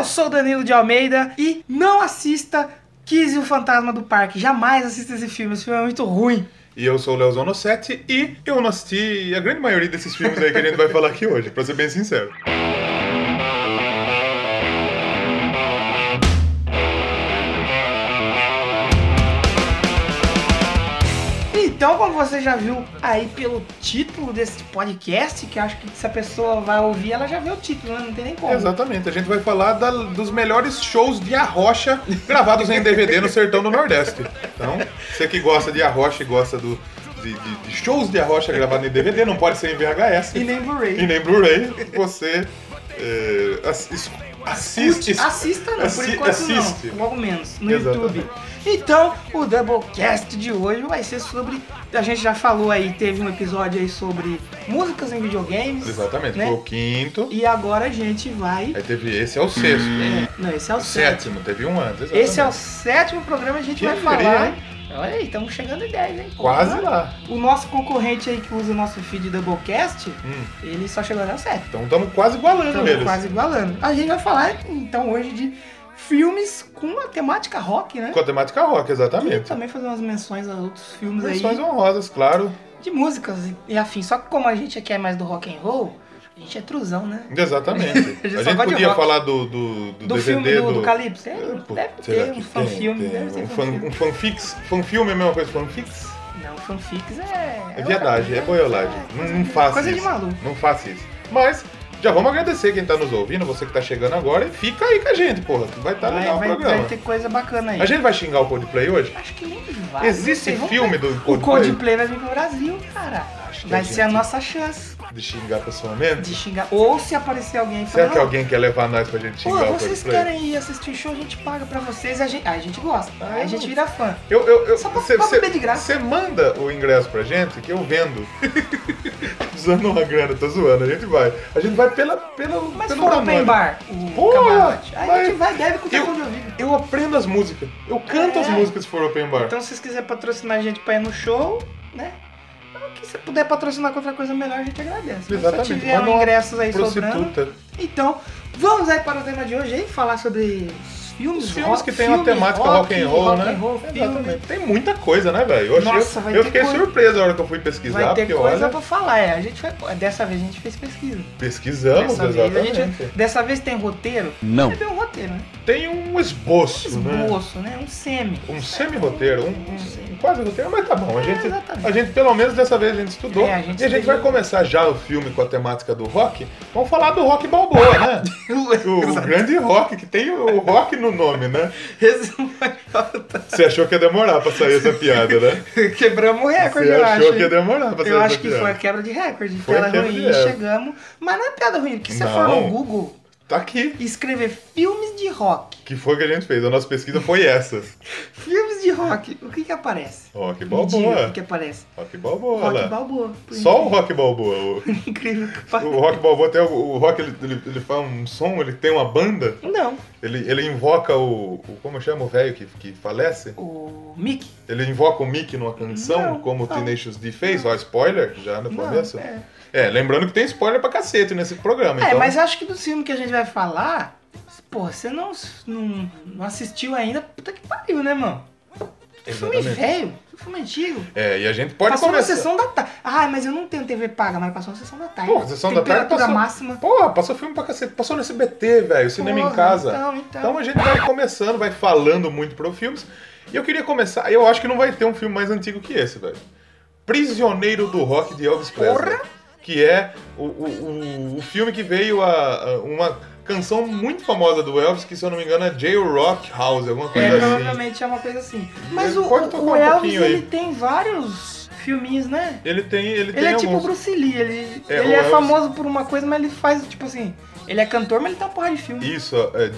Eu sou o Danilo de Almeida e não assista Kiss e o Fantasma do Parque. Jamais assista esse filme é muito ruim. E eu sou o Leozono 7 e eu não assisti a grande maioria desses filmes aí que a gente vai falar aqui hoje, pra ser bem sincero. Então, como você já viu aí pelo título desse podcast, que acho que se a pessoa vai ouvir, ela já viu o título, né? Não tem nem como. Exatamente, a gente vai falar dos melhores shows de arrocha gravados em DVD no Sertão do Nordeste. Então, você que gosta de arrocha e gosta de shows de arrocha gravados em DVD, não pode ser em VHS. E nem Blu-ray. E nem Blu-ray, você Assista não, por enquanto não, logo menos, no YouTube. Então, o Doublecast de hoje vai ser sobre, a gente já falou aí, teve um episódio aí sobre músicas em videogames. Exatamente, né? Foi o quinto. E agora a gente vai... Aí teve, esse é o sexto. Não, esse é o sétimo, teve um antes, exatamente. Esse é o sétimo programa, a gente vai falar... Hein? Olha aí, estamos chegando em 10, hein? Quase lá. O nosso concorrente aí que usa o nosso feed Doublecast, ele só chegou até o 7. Então estamos quase igualando eles. Quase igualando. A gente vai falar, então, hoje de filmes com a temática rock, né? Com a temática rock, exatamente. E também fazer umas menções a outros filmes menções honrosas, claro. De músicas e afins. Só que como a gente aqui é mais do rock and roll, a gente é truzão, né? Exatamente. a gente podia falar do DVD filme do Calypso. Deve ter um fanfilme. Um fanfix. Fanfilme é a mesma coisa, fanfix? Não, fanfix é viadagem, é boiolagem. Não faça isso. Coisa de maluco. Não faça isso. Mas... já vamos agradecer quem tá nos ouvindo, você que tá chegando agora, e fica aí com a gente, porra, que vai estar legal o programa. Vai ter coisa bacana aí. A gente vai xingar o Coldplay hoje? Acho que nem vai. Existe filme do Coldplay? O Coldplay vai vir pro Brasil, cara. Vai ser a nossa chance. De xingar pessoalmente? De xingar. Ou se aparecer alguém... Será que alguém quer levar nós pra gente xingar o Coldplay? Vocês querem ir assistir show, a gente paga pra vocês, a gente gosta. Aí a gente vira fã. Só pra beber de graça. Você manda o ingresso pra gente, que eu vendo. Usando uma grana, tô zoando, a gente vai. A gente vai Mas se for open bar, o camarote, aí a gente vai, deve com o telefone de ouvido. Eu aprendo as músicas, eu canto as músicas se for open bar. Então se vocês quiserem patrocinar a gente pra ir no show, né? Que se puder patrocinar com outra coisa melhor, a gente agradece. Exatamente. Se tiver ingressos aí prostituta. sobrando. Então, vamos aí para o tema de hoje aí, falar sobre filmes que tem uma temática rock and roll, né? Exatamente. Tem muita coisa, né, velho? Eu fiquei surpreso na hora que eu fui pesquisar. Vai ter coisa pra falar, dessa vez a gente fez pesquisa. Pesquisamos, exatamente. Dessa vez tem roteiro? Não. Tem um roteiro, né? Tem um esboço, né? Um semi-roteiro, quase roteiro, mas tá bom. A gente, pelo menos dessa vez, a gente estudou. E a gente vai começar já o filme com a temática do rock. Vamos falar do Rock Balboa, né? o grande rock, que tem o rock no nome, né? Você achou que ia demorar pra sair essa piada, né? Quebramos o recorde, eu acho. Você achou que ia demorar pra sair essa piada. Eu acho que foi a quebra de recorde. Piada ruim, chegamos. Mas não é piada ruim, porque você for no Google... tá aqui. Escrever filmes de rock. Que foi o que a gente fez. A nossa pesquisa foi essa. Filmes de rock. O que aparece? Rock Balboa. O que aparece? Rock Balboa. Rock Balboa. Só o Rock Balboa. Incrível que parece. O Rock Balboa tem o Rock, ele faz um som, ele tem uma banda. Não. Ele invoca o como chama o velho que falece? O Mickey. Ele invoca o Mickey numa canção, como o Tenacious D fez. Ó, spoiler, já no começo. Lembrando que tem spoiler pra cacete nesse programa. Então... mas acho que do filme que a gente vai falar, pô, você não assistiu ainda, puta que pariu, né, mano? Filme velho, filme antigo. E a gente pode passou começar... na sessão da tarde. mas eu não tenho TV paga, mas passou na sessão da tarde. Porra, sessão da tarde passou... máxima. Porra, passou filme pra cacete. Passou no SBT, velho, cinema em casa. Então a gente vai começando, vai falando muito pro filmes. E eu queria começar... Eu acho que não vai ter um filme mais antigo que esse, velho. Prisioneiro do Rock, de Elvis Presley. Porra! Que é o filme que veio uma canção muito famosa do Elvis, que se eu não me engano é Jail Rock House, alguma coisa assim. Provavelmente é uma coisa assim. Mas o Elvis, ele tem vários filminhos, né? Ele é alguns. tipo o Bruce Lee, ele é famoso por uma coisa, mas ele faz, tipo assim... Ele é cantor, mas ele tem uma porra de filme. Isso,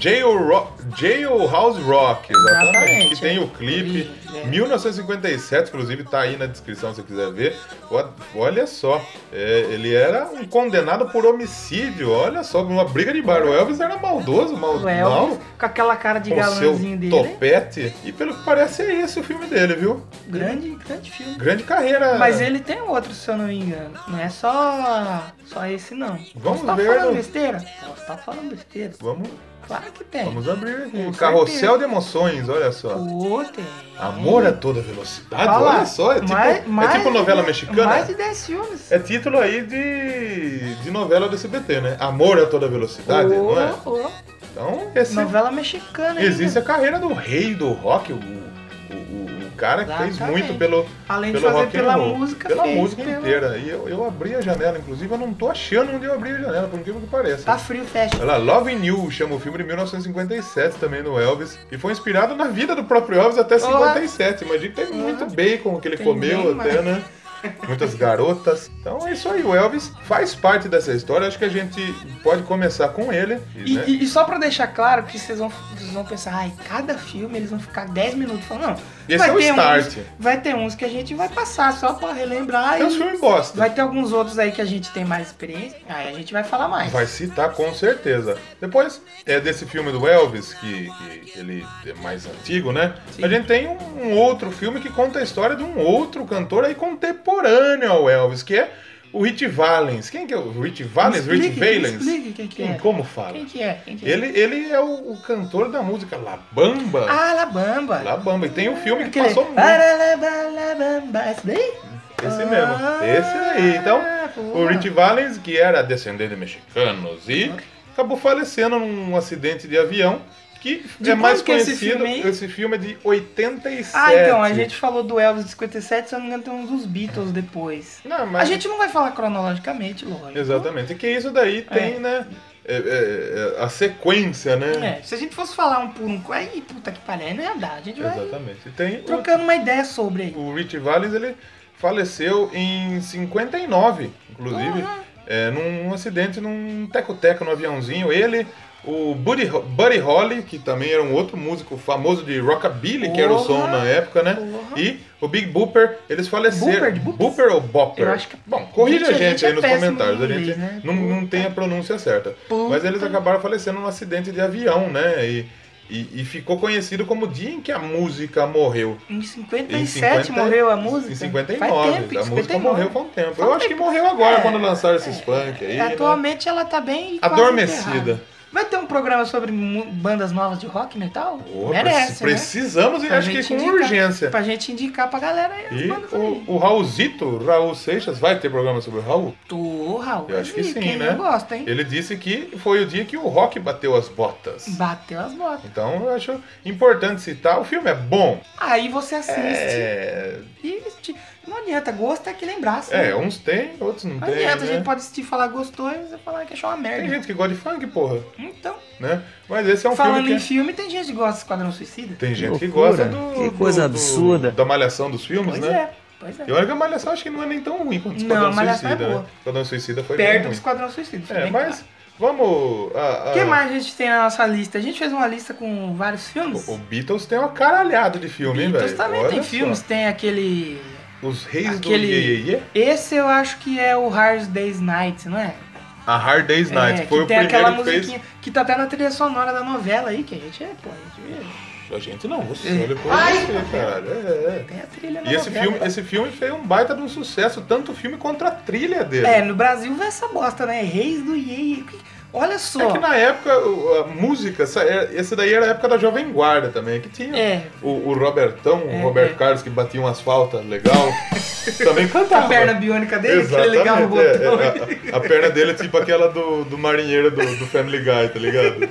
Jailhouse Rock, exatamente. Que tem o clipe, 1957, inclusive tá aí na descrição se você quiser ver. Olha só, ele era um condenado por homicídio, olha só, uma briga de bar. O Elvis era maldoso, O Elvis, com aquela cara de galãzinho dele. Topete, e pelo que parece é esse o filme dele, viu? Grande filme. Grande carreira. Mas ele tem outro, se eu não me engano. Não é só esse, não. Vamos Você tá ver. falando besteira? Posso estar falando besteira. Vamos. Claro que tem. Vamos abrir aqui. Um carrossel de emoções, olha só. Pô, tem. Amor a toda velocidade, olha só. É tipo novela mexicana. Mais de 10 filmes. É título aí de novela do SBT, né? Amor a toda velocidade, não é? Então, novela mexicana. Existe a carreira do rei do rock, o cara que fez muito pelo além de fazer pela música, pela música inteira. E eu abri a janela, inclusive eu não tô achando onde eu abri a janela, por incrível que pareça. Tá frio, fecha. Olha lá, Loving You chama o filme de 1957 também no Elvis. E foi inspirado na vida do próprio Elvis até 57. Imagina que tem muito bacon que ele comeu até, né? Muitas garotas. Então é isso aí, o Elvis faz parte dessa história. Acho que a gente pode começar com ele. E só pra deixar claro que vocês vão pensar, cada filme eles vão ficar 10 minutos falando, não. Esse é o start. Vai ter uns que a gente vai passar só pra relembrar. Tem uns filmes bosta. Vai ter alguns outros aí que a gente tem mais experiência. Aí a gente vai falar mais. Vai citar com certeza. Depois desse filme do Elvis, que ele é mais antigo, né? Sim. A gente tem um outro filme que conta a história de um outro cantor aí contemporâneo ao Elvis, que é o Ritchie Valens. Quem que é o Ritchie Valens? Ritchie Valens? Quem que é? Como fala? Quem que é? Ele é o cantor da música La Bamba. Ah, La Bamba. La Bamba. E tem um filme que passou muito. La Bamba. Esse daí? Esse mesmo. Esse aí. Então, o Ritchie Valens, que era descendente de mexicanos e acabou falecendo num acidente de avião. Que é mais conhecido, esse filme é de 87. Ah, então, a gente falou do Elvis de 57, se eu não me engano tem uns dos Beatles depois. Não, mas... A gente não vai falar cronologicamente, lógico. Exatamente, e que isso daí tem, né, a sequência, né? Se a gente fosse falar um por um, aí puta que pariu, não ia dar, a gente vai tem trocando uma ideia sobre aí. O Ritchie Valens, ele faleceu em 59, inclusive, num acidente, num teco-teco no aviãozinho, o Buddy Holly, que também era um outro músico famoso de rockabilly, que era o som na época, né? E o Big Booper, eles faleceram. Booper ou Bopper? Eu acho que... Bom, corrija a gente aí nos comentários, a gente não tem a pronúncia certa. Mas eles acabaram falecendo num acidente de avião, né? E ficou conhecido como o dia em que a música morreu. Em 57 morreu a música? Em 59. A música morreu faz um tempo. Eu acho que morreu agora, quando lançaram esses funk aí. Atualmente ela tá bem adormecida. Vai ter um programa sobre bandas novas de rock metal? Merece, precisamos, né? E acho que com urgência. Pra gente indicar pra galera aí as bandas aí. O Raul Seixas, vai ter programa sobre o Raul? O Raul. Eu acho que sim, né? Gosta, hein? Ele disse que foi o dia que o rock bateu as botas. Bateu as botas. Então eu acho importante citar. O filme é bom. Aí você assiste. Não adianta, gosto é que lembrasse. Uns tem, outros não tem. Não adianta, a gente pode assistir e falar gostou e você falar que achou uma merda. Tem gente que gosta de funk, porra. Então. Né? Mas esse é um Falando filme. Falando em filme, tem gente que gosta de Esquadrão Suicida. Tem gente que gosta Que coisa absurda. Da malhação dos filmes, né? Pois é. E olha que a malhação acho que não é nem tão ruim quanto o Esquadrão Suicida, né? Esquadrão Suicida foi perto bem do Esquadrão Suicida. Mas vamos. O que mais a gente tem na nossa lista? A gente fez uma lista com vários filmes. O Beatles tem uma caralhada de filme, hein, velho? Beatles também tem filmes, tem aquele. Os Reis do Iê. Esse eu acho que é o Hard Day's Night, não é? A Hard Day's Night, foi o tem primeiro aquela que musiquinha fez... que tá até na trilha sonora da novela aí, que a gente A gente não, você olha por você, caralho. Tem a trilha na novela. Esse filme fez um baita de um sucesso, tanto o filme quanto a trilha dele. No Brasil vai essa bosta, né? Reis do Iê. Olha só. É que na época, a música, esse daí era a época da Jovem Guarda também, que tinha o Robertão, o Roberto Carlos, que batia umas faltas legal, também cantava. A perna biônica dele, exatamente, que ele ligava o botão. A perna dele é tipo aquela do marinheiro do Family Guy, tá ligado?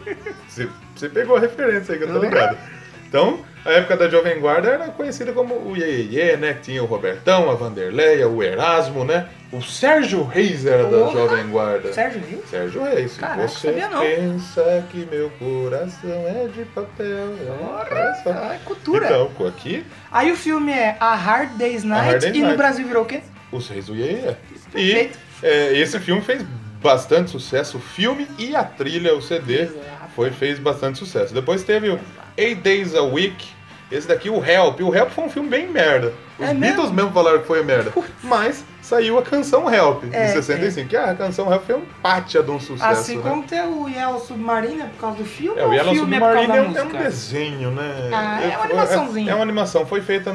Você pegou a referência aí, que eu tô ligado. Então, a época da Jovem Guarda era conhecida como o Iê, né? Que tinha o Robertão, a Vanderleia, o Erasmo, né? O Sérgio Reis era da Jovem Guarda. Sérgio Reis? Sérgio Reis. Caraca, você sabia não. pensa que meu coração é de papel. Olha só. É cultura. Então, aqui... Aí o filme é A Hard Day's Night e no Brasil virou o quê? Os Reis do Iê. Perfeito. E esse filme fez bastante sucesso. O filme e a trilha, o CD, fez bastante sucesso. Depois teve o 8 Days a Week. Esse daqui, o Help. O Help foi um filme bem merda. Os Beatles mesmo falaram que foi merda. Mas saiu a canção Help, em 65. Que a canção Help foi um pátia de um sucesso. Assim como tem o Yellow Submarine, por causa do filme. O Yellow Submarine é um desenho, né? É uma animaçãozinha. É uma animação. Foi feita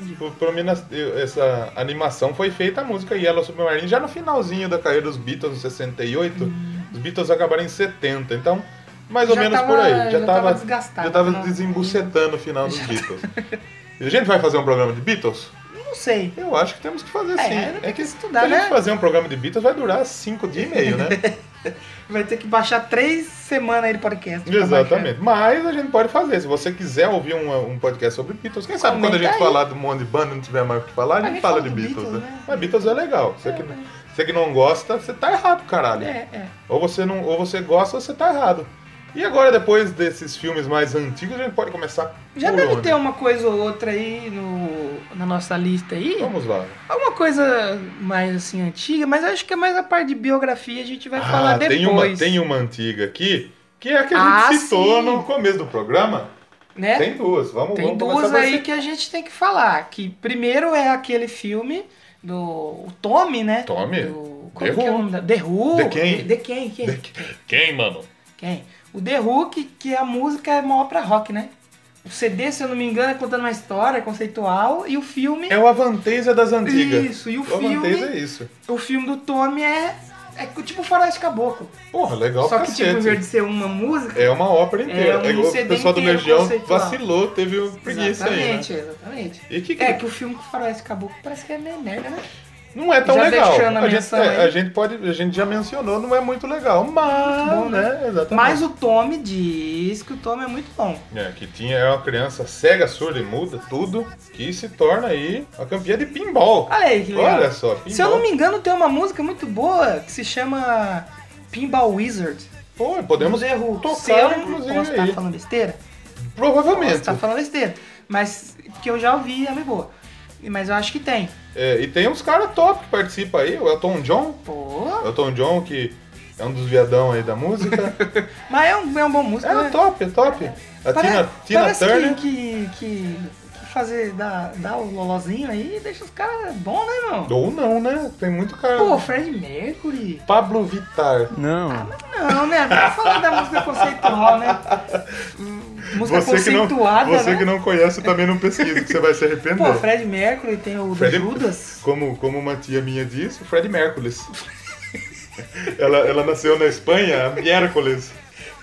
essa animação foi feita a música Yellow Submarine já no finalzinho da carreira dos Beatles, em 68. Os Beatles acabaram em 70, então mais ou menos por aí. Já tava desgastado. Já tava desembucetando o final dos Beatles. E a gente vai fazer um programa de Beatles? Não sei. Eu acho que temos que fazer sim. É que estudar, se a gente fazer um programa de Beatles vai durar 5 dias e meio, né? Vai ter que baixar 3 semanas aí de podcast. Exatamente. Mas a gente pode fazer. Se você quiser ouvir um podcast sobre Beatles, quem sabe quando a gente falar do monte de banda e não tiver mais o que falar, a gente fala de Beatles, né? Mas Beatles é legal. Você que não gosta, você tá errado, caralho. Ou você gosta ou você tá errado. E agora, depois desses filmes mais antigos, a gente pode começar Já deve ter uma coisa ou outra aí na nossa lista aí. Vamos lá. Alguma coisa mais assim antiga, mas acho que é mais a parte de biografia, a gente vai falar depois. Tem uma antiga aqui, que é a que a gente citou no começo do programa. Né? Tem duas. Vamos duas aí que a gente tem que falar. Que primeiro é aquele filme do Tommy, né? Tommy? Como que é o nome? The Who. Quem, mano? Quem? O The Who, que a música é maior pra rock, né? O CD, se eu não me engano, é contando uma história conceitual e o filme... É o Avantasia das antigas. Isso, e o filme... Avantasia é isso. O filme do Tommy é tipo Faroeste Caboclo. Porra, legal. Só que tipo, em vez de ser uma música... É uma ópera inteira. O pessoal do Legião vacilou, teve preguiça aí, né? Exatamente. E que que o filme com Faroeste Caboclo parece que é meio merda, né? Não é tão legal. A gente já mencionou, não é muito legal, mas, muito bom, né? Exatamente. Mas o Tommy diz que o Tommy é muito bom. Que é uma criança cega, surda e muda, tudo, que se torna aí a campeã de pinball. Olha aí, que legal. Olha só, pinball. Se eu não me engano, tem uma música muito boa que se chama Pinball Wizard. Pô, podemos tocar, inclusive. Posso estar falando besteira? Provavelmente. Posso estar falando besteira. Mas que eu já ouvi, ela é boa. Mas eu acho que tem. E tem uns caras top que participam aí, o Elton John. Pô. Elton John, que é um dos viadão aí da música. Mas é um bom músico, né? É top. A Tina Turner. Que fazer, dar o lolozinho aí, deixa os caras bons, né, não? Ou não, né? Tem muito cara... Pô, Fred Mercury. Pablo Vittar. Não. Mas não, né? Vamos falar da música conceitual, né? Música conceituada, Você que não conhece também não pesquisa, que você vai se arrepender. Pô, Fred Mercury tem o do Judas. Como uma tia minha disse, o Fred Mercury. ela nasceu na Espanha, miércoles.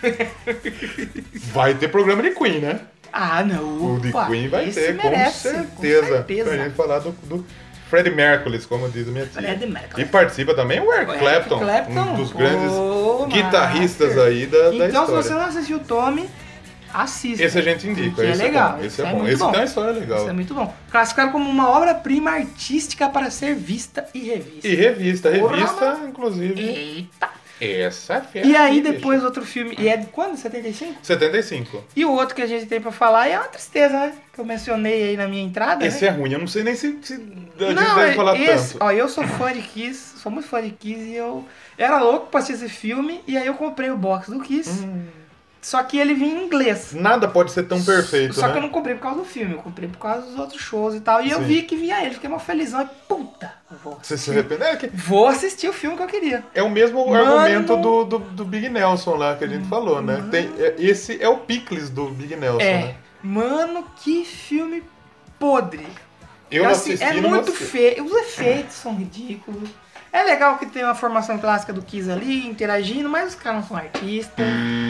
Vai ter programa de Queen, né? Ah, não. O de Queen vai ter, com certeza. Pra gente falar do Freddie Mercury, como diz a minha tia. E participa também o Eric Clapton, um dos grandes guitarristas aí da história. Então, se você não assistiu o Tommy, assista. Esse a gente indica. Esse é legal. Esse é bom. Esse tem uma história legal. Esse é muito bom. Classificado como uma obra-prima artística para ser vista e revista. Revista, inclusive. Eita! Essa é fera. E aí depois outro filme, e é de quando? 75? 75. E o outro que a gente tem pra falar é uma tristeza, né? Que eu mencionei aí na minha entrada. Esse é ruim, eu não sei nem se a gente deve falar tanto. Ó, eu sou fã de Kiss, sou muito fã de Kiss e eu era louco pra assistir esse filme e aí eu comprei o box do Kiss. Só que ele vinha em inglês. Nada pode ser tão perfeito, Só que eu não comprei por causa do filme, eu comprei por causa dos outros shows e tal. E eu vi que vinha ele, fiquei mal felizão e puta, Você se arrependeu? Vou assistir o filme que eu queria. É o mesmo argumento do Big Nelson lá que a gente falou, né? Esse é o Pickles do Big Nelson, né? Mano, que filme podre. Eu não assisti, é muito feio, os efeitos são ridículos. É legal que tem uma formação clássica do Kiss ali, interagindo, mas os caras não são artistas.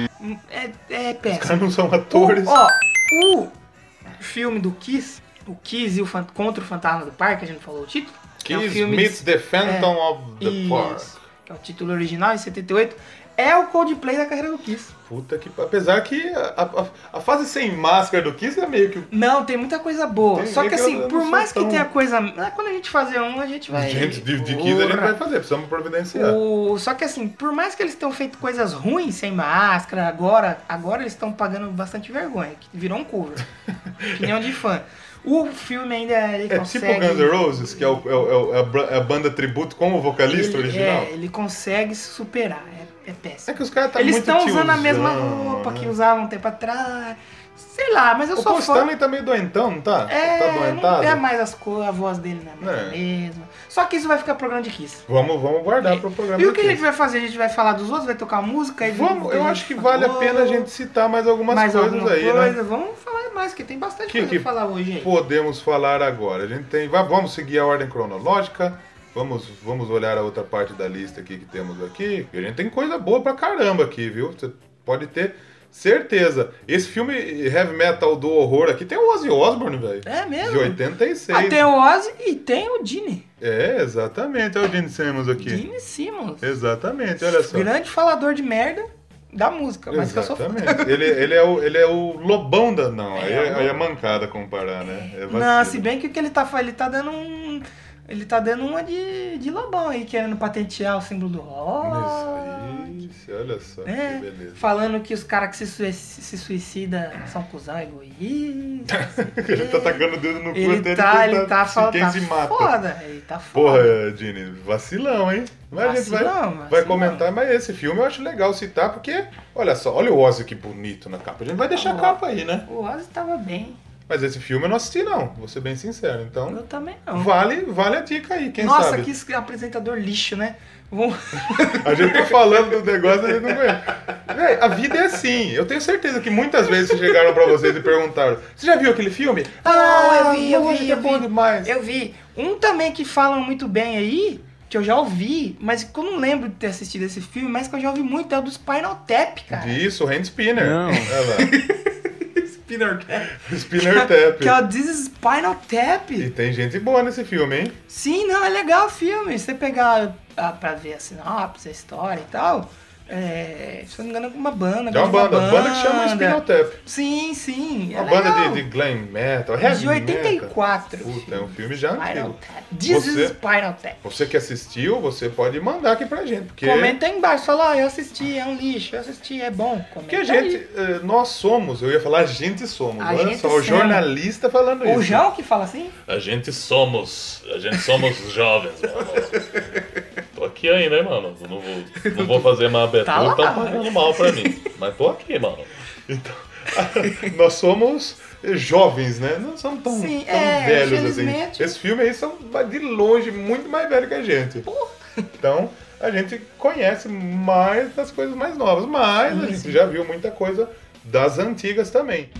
É péssimo. Os caras não são atores. O filme do Kiss, o Kiss e Contra o Fantasma do Parque, a gente falou o título. Kiss meets the Phantom of the Park. Que é o título original, em 78. É o Coldplay da carreira do Kiss. Puta que... Apesar que a fase sem máscara do Kiss é meio que... Não, tem muita coisa boa. Só que assim, por mais que tenha coisa... Quando a gente fazer a gente vai... De Kiss a gente vai fazer, precisamos providenciar. Só que assim, por mais que eles tenham feito coisas ruins sem máscara, agora eles estão pagando bastante vergonha. Que virou um cover. Opinião de fã. O filme ainda consegue... tipo Guns N' Roses, que é a banda tributo com o vocalista original. Ele consegue se superar. É péssimo. É que os caras eles estão usando a mesma roupa que usavam um tempo atrás. Sei lá, mas eu sou fã. O Stanley tá meio doentão, não tá? Tá doentado? Não é mais a voz dele, não é mesmo. Só que isso vai ficar programa de Kiss. Vamos guardar pro programa de Kiss. E o que a gente vai fazer? A gente vai falar dos outros, vai tocar música? Eu acho que vale a pena a gente citar mais algumas coisas aí, né? Vamos falar mais, porque tem bastante coisa pra falar hoje aí. Podemos falar agora. A gente tem... Vamos seguir a ordem cronológica. vamos olhar a outra parte da lista aqui que temos aqui. A gente tem coisa boa pra caramba aqui, viu? Você pode ter certeza. Esse filme heavy metal do horror aqui tem o Ozzy Osbourne, velho. É mesmo? De 86. Ah, tem o Ozzy e tem o Gene. É, exatamente. Olha o Gene Simmons aqui. Gene Simmons. Exatamente, olha só. Grande falador de merda da música, mas exatamente. Que eu sou ele é o lobão da... Não, aí é mancada comparar, né? É não, se bem que o que ele tá dando um... Ele tá dando uma de lobão aí, querendo patentear o símbolo do rock. Isso, olha só, que beleza. Falando que os caras que se suicidam são cuzão egoísta. Ele tá tacando o dedo no cu até ele tá se mata. Foda, ele tá foda. Porra, Gini, vacilão, hein? Mas a gente vai comentar, mas esse filme eu acho legal citar, porque, olha só, olha o Ozzy que bonito na capa. A gente vai deixar a capa aí, né? O Ozzy tava bem. Mas esse filme eu não assisti, não. Vou ser bem sincero. Então, eu também não. Vale a dica aí, quem sabe. Nossa, que apresentador lixo, né? A gente tá falando do negócio, a gente não conhece. Véi, a vida é assim. Eu tenho certeza que muitas vezes chegaram pra vocês e perguntaram: você já viu aquele filme? Eu bom demais. Eu vi. Um também que falam muito bem aí, que eu já ouvi, mas que eu não lembro de ter assistido esse filme, mas que eu já ouvi muito, é o do Spinal Tap, cara. Isso, o Hand Spinner. Não. Olha lá. Spinner Tap. Spinner Tap. Que é o This is Spinal Tap. E tem gente boa nesse filme, hein? Sim, não, é legal o filme. Você pegar pra ver a sinopse, a história e tal... se eu não me engano, é uma banda. É uma banda que chama Spinal Tap. Sim. Uma banda de glam metal, heavy de 84. Metal. Puta, é um filme já antigo. This is Spinal Tap. Você que assistiu, você pode mandar aqui pra gente. Porque... Comenta aí embaixo, fala, eu assisti, é um lixo, eu assisti, é bom. Porque a gente, nós somos, eu ia falar a gente somos, olha só, o jornalista falando isso. O João que fala assim? A gente somos jovens, mano. Tô aqui ainda, hein, mano. Não vou fazer uma abertura, tá pagando mal pra mim. Mas tô aqui, mano. Então, nós somos jovens, né? Não somos tão velhos assim. Esse filme aí são de longe muito mais velho que a gente. Porra. Então, a gente conhece mais das coisas mais novas, mas a gente já viu muita coisa das antigas também.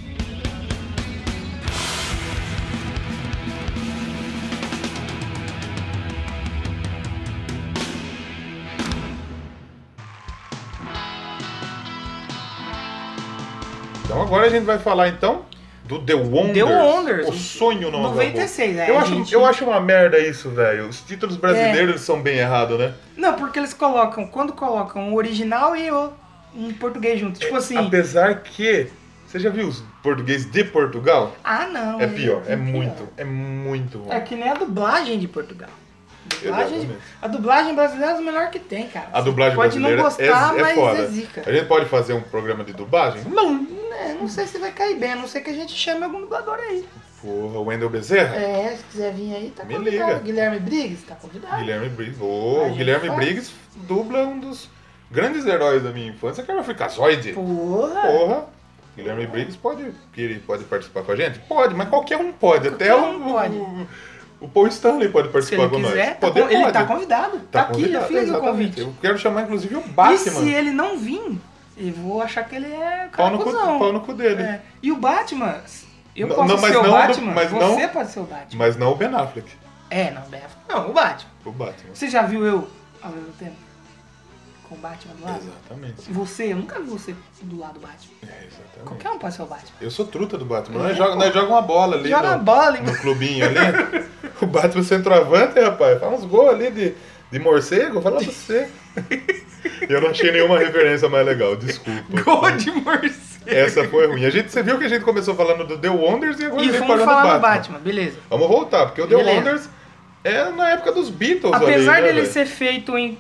Então agora a gente vai falar então do The Wonders. O sonho não 96, acabou. Eu acho uma merda isso, velho. Os títulos brasileiros eles são bem errados, né? Não, porque eles quando colocam o original e um português junto. Tipo assim. Apesar que. Você já viu os portugueses de Portugal? Ah, não. É pior. É muito ruim. É que nem a dublagem de Portugal. A dublagem brasileira é o melhor que tem, cara. A dublagem brasileira pode não gostar, mas foda. é zica. A gente pode fazer um programa de dublagem? Não sei se vai cair bem, a não ser que a gente chame algum dublador aí. Porra, o Wendel Bezerra? Se quiser vir aí, tá convidado. Liga. Guilherme Briggs, tá convidado. Guilherme Briggs. O Guilherme Briggs dubla um dos grandes heróis da minha infância, que era o Freakazoid. Porra. Guilherme Briggs pode participar com a gente? Pode, mas qualquer um pode. Até o Paul Stanley pode participar com nós. Ele tá convidado. Tá aqui, já fiz o convite. Eu quero chamar inclusive o Batman. E se ele não vir, eu vou achar que ele é pau no cu dele. E o Batman, eu posso ser o Batman, você pode ser o Batman. Mas não o Ben Affleck. Não, o Batman. O Batman. Você já viu eu ao mesmo tempo? Com o Batman do lado? Exatamente. Eu nunca vi você do lado do Batman. Exatamente. Qualquer um pode ser o Batman. Eu sou truta do Batman. Nós joga uma bola ali no clubinho ali. O Batman centroavante, rapaz. Faz uns gols ali de morcego. Fala pra você. Eu não achei nenhuma referência mais legal, desculpa. Gol de morcego. Essa foi ruim. Você viu que a gente começou falando do The Wonders e agora a gente falando do Batman. Beleza. Vamos voltar, porque o The Wonders é na época dos Beatles. Apesar dele ser feito em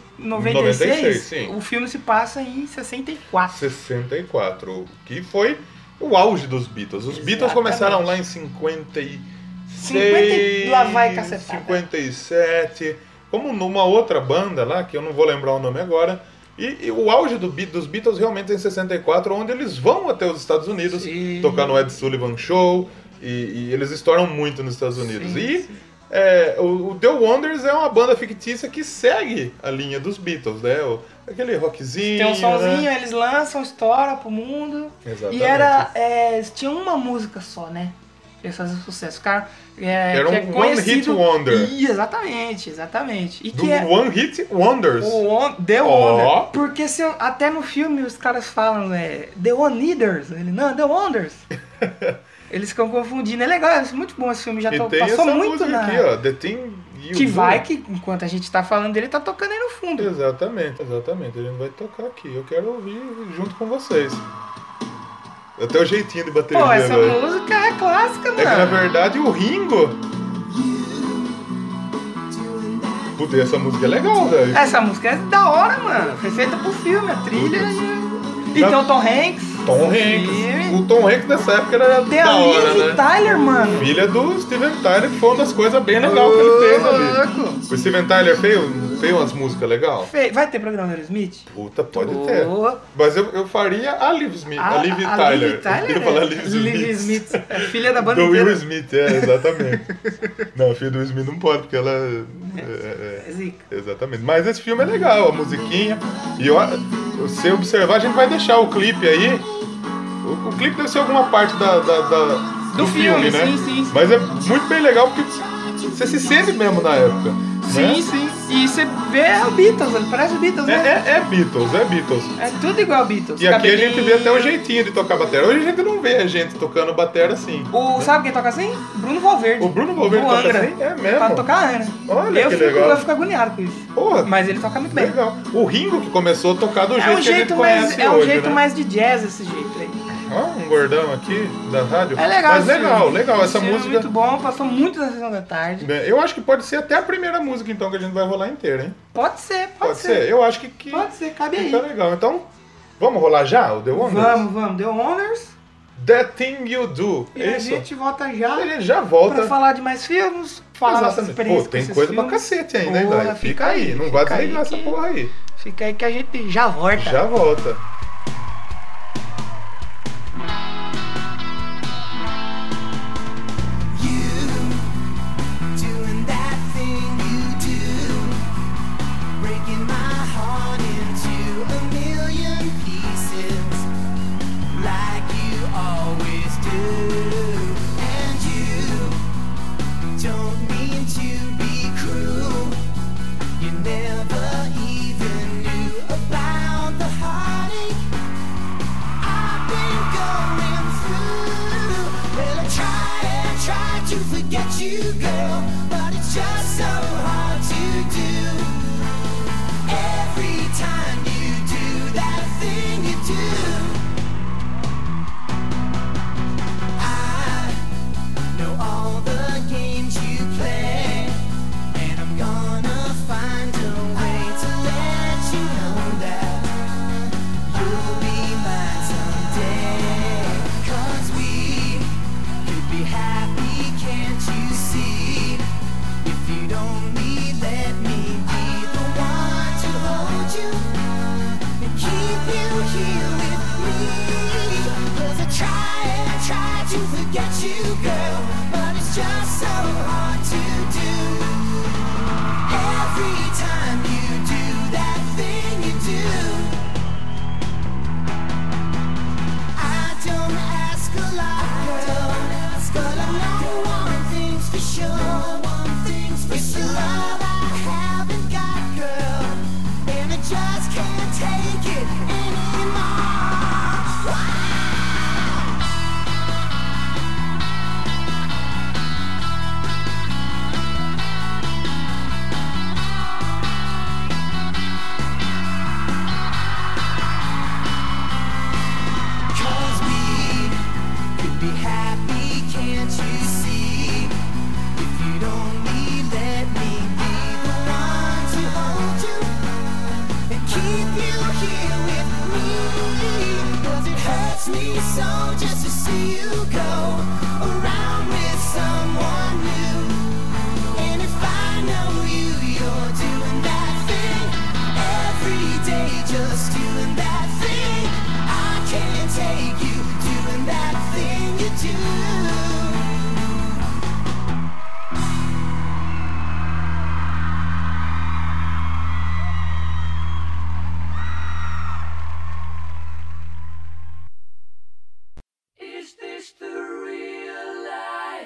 96, o filme se passa em 64. 64, que foi o auge dos Beatles. Os Beatles começaram lá em 56, 50 lá vai cacetada. 57, como numa outra banda lá, que eu não vou lembrar o nome agora. E o auge dos Beatles realmente é em 64, onde eles vão até os Estados Unidos tocar no Ed Sullivan Show, e eles estouram muito nos Estados Unidos. O The Wonders é uma banda fictícia que segue a linha dos Beatles, né? Aquele rockzinho. Tem um somzinho, eles lançam, estoura pro mundo. Exatamente. E tinha uma música só, né? fez fazer sucesso. Cara, era que é um conhecido... One Hit Wonder. Exatamente. E que One Hit Wonders. The Wonder. Porque até no filme os caras falam, The One Leaders. Ele, não, The Wonders. Eles ficam confundindo. É legal, é muito bom esse filme. Já passou muito na... aqui, ó, The Thing You que Do. vai que, enquanto a gente tá falando dele, tá tocando aí no fundo. Exatamente. Ele vai tocar aqui. Eu quero ouvir junto com vocês. Até o jeitinho de bateria. Pô, essa música é clássica, mano. É que, na verdade, o Ringo... Putz, essa música é legal, velho. Essa música é da hora, mano. Foi feita pro filme, a trilha. Então, Tom Hanks. O Tom Hanks nessa época era tem da hora, a Liv Tyler, mano. Filha do Steven Tyler, que foi uma das coisas bem legais que ele fez ali. O Steven Tyler fez umas músicas legais? Vai ter programa do Aerosmith? Puta, pode ter. Mas eu faria a Liv Smith, a Liv Tyler. Liv Tyler? Eu ia falar Liv Smith. Liv Smith, é filha da banda do inteira. Will Smith, exatamente. Não, a filha do Will Smith não pode, porque ela é zica. Exatamente. Mas esse filme é legal, a musiquinha. E se você observar, a gente vai deixar o clipe aí. O clipe deve ser alguma parte do filme, né? Sim. Mas é muito bem legal porque você se sente mesmo na época. Sim. E você vê o Beatles, ele parece o Beatles, né? É Beatles. É tudo igual Beatles. E aqui a gente vê até o jeitinho de tocar bateria. Hoje a gente não vê a gente tocando bateria assim. Sabe quem toca assim? Bruno Valverde. O Bruno Valverde toca Angra. assim? É mesmo? Pra tocar Ana. Olha que legal. Eu fico agoniado com isso. Porra, mas ele toca muito bem. Legal. O Ringo que começou a tocar do jeito que a gente conhece hoje, É um jeito né? mais de jazz esse jeito aí. Um gordão aqui da rádio. É legal. Mas legal. Essa música... É muito bom, passou muito na sessão da tarde. Eu acho que pode ser até a primeira música, então, que a gente vai rolar inteira, hein? Pode ser. Eu acho que pode ser, cabe aí. Fica legal. Então, vamos rolar já o The Wonders? Vamos. The Wonders. That Thing You Do. E a gente volta já. A gente já volta. Pra falar de mais filmes, falar nossas experiências. Tem coisa filmes. Pra cacete ainda, hein, velho? Fica aí. Não vai desligar essa porra aí. Fica aí que a gente já volta. Já volta. Is this the real life?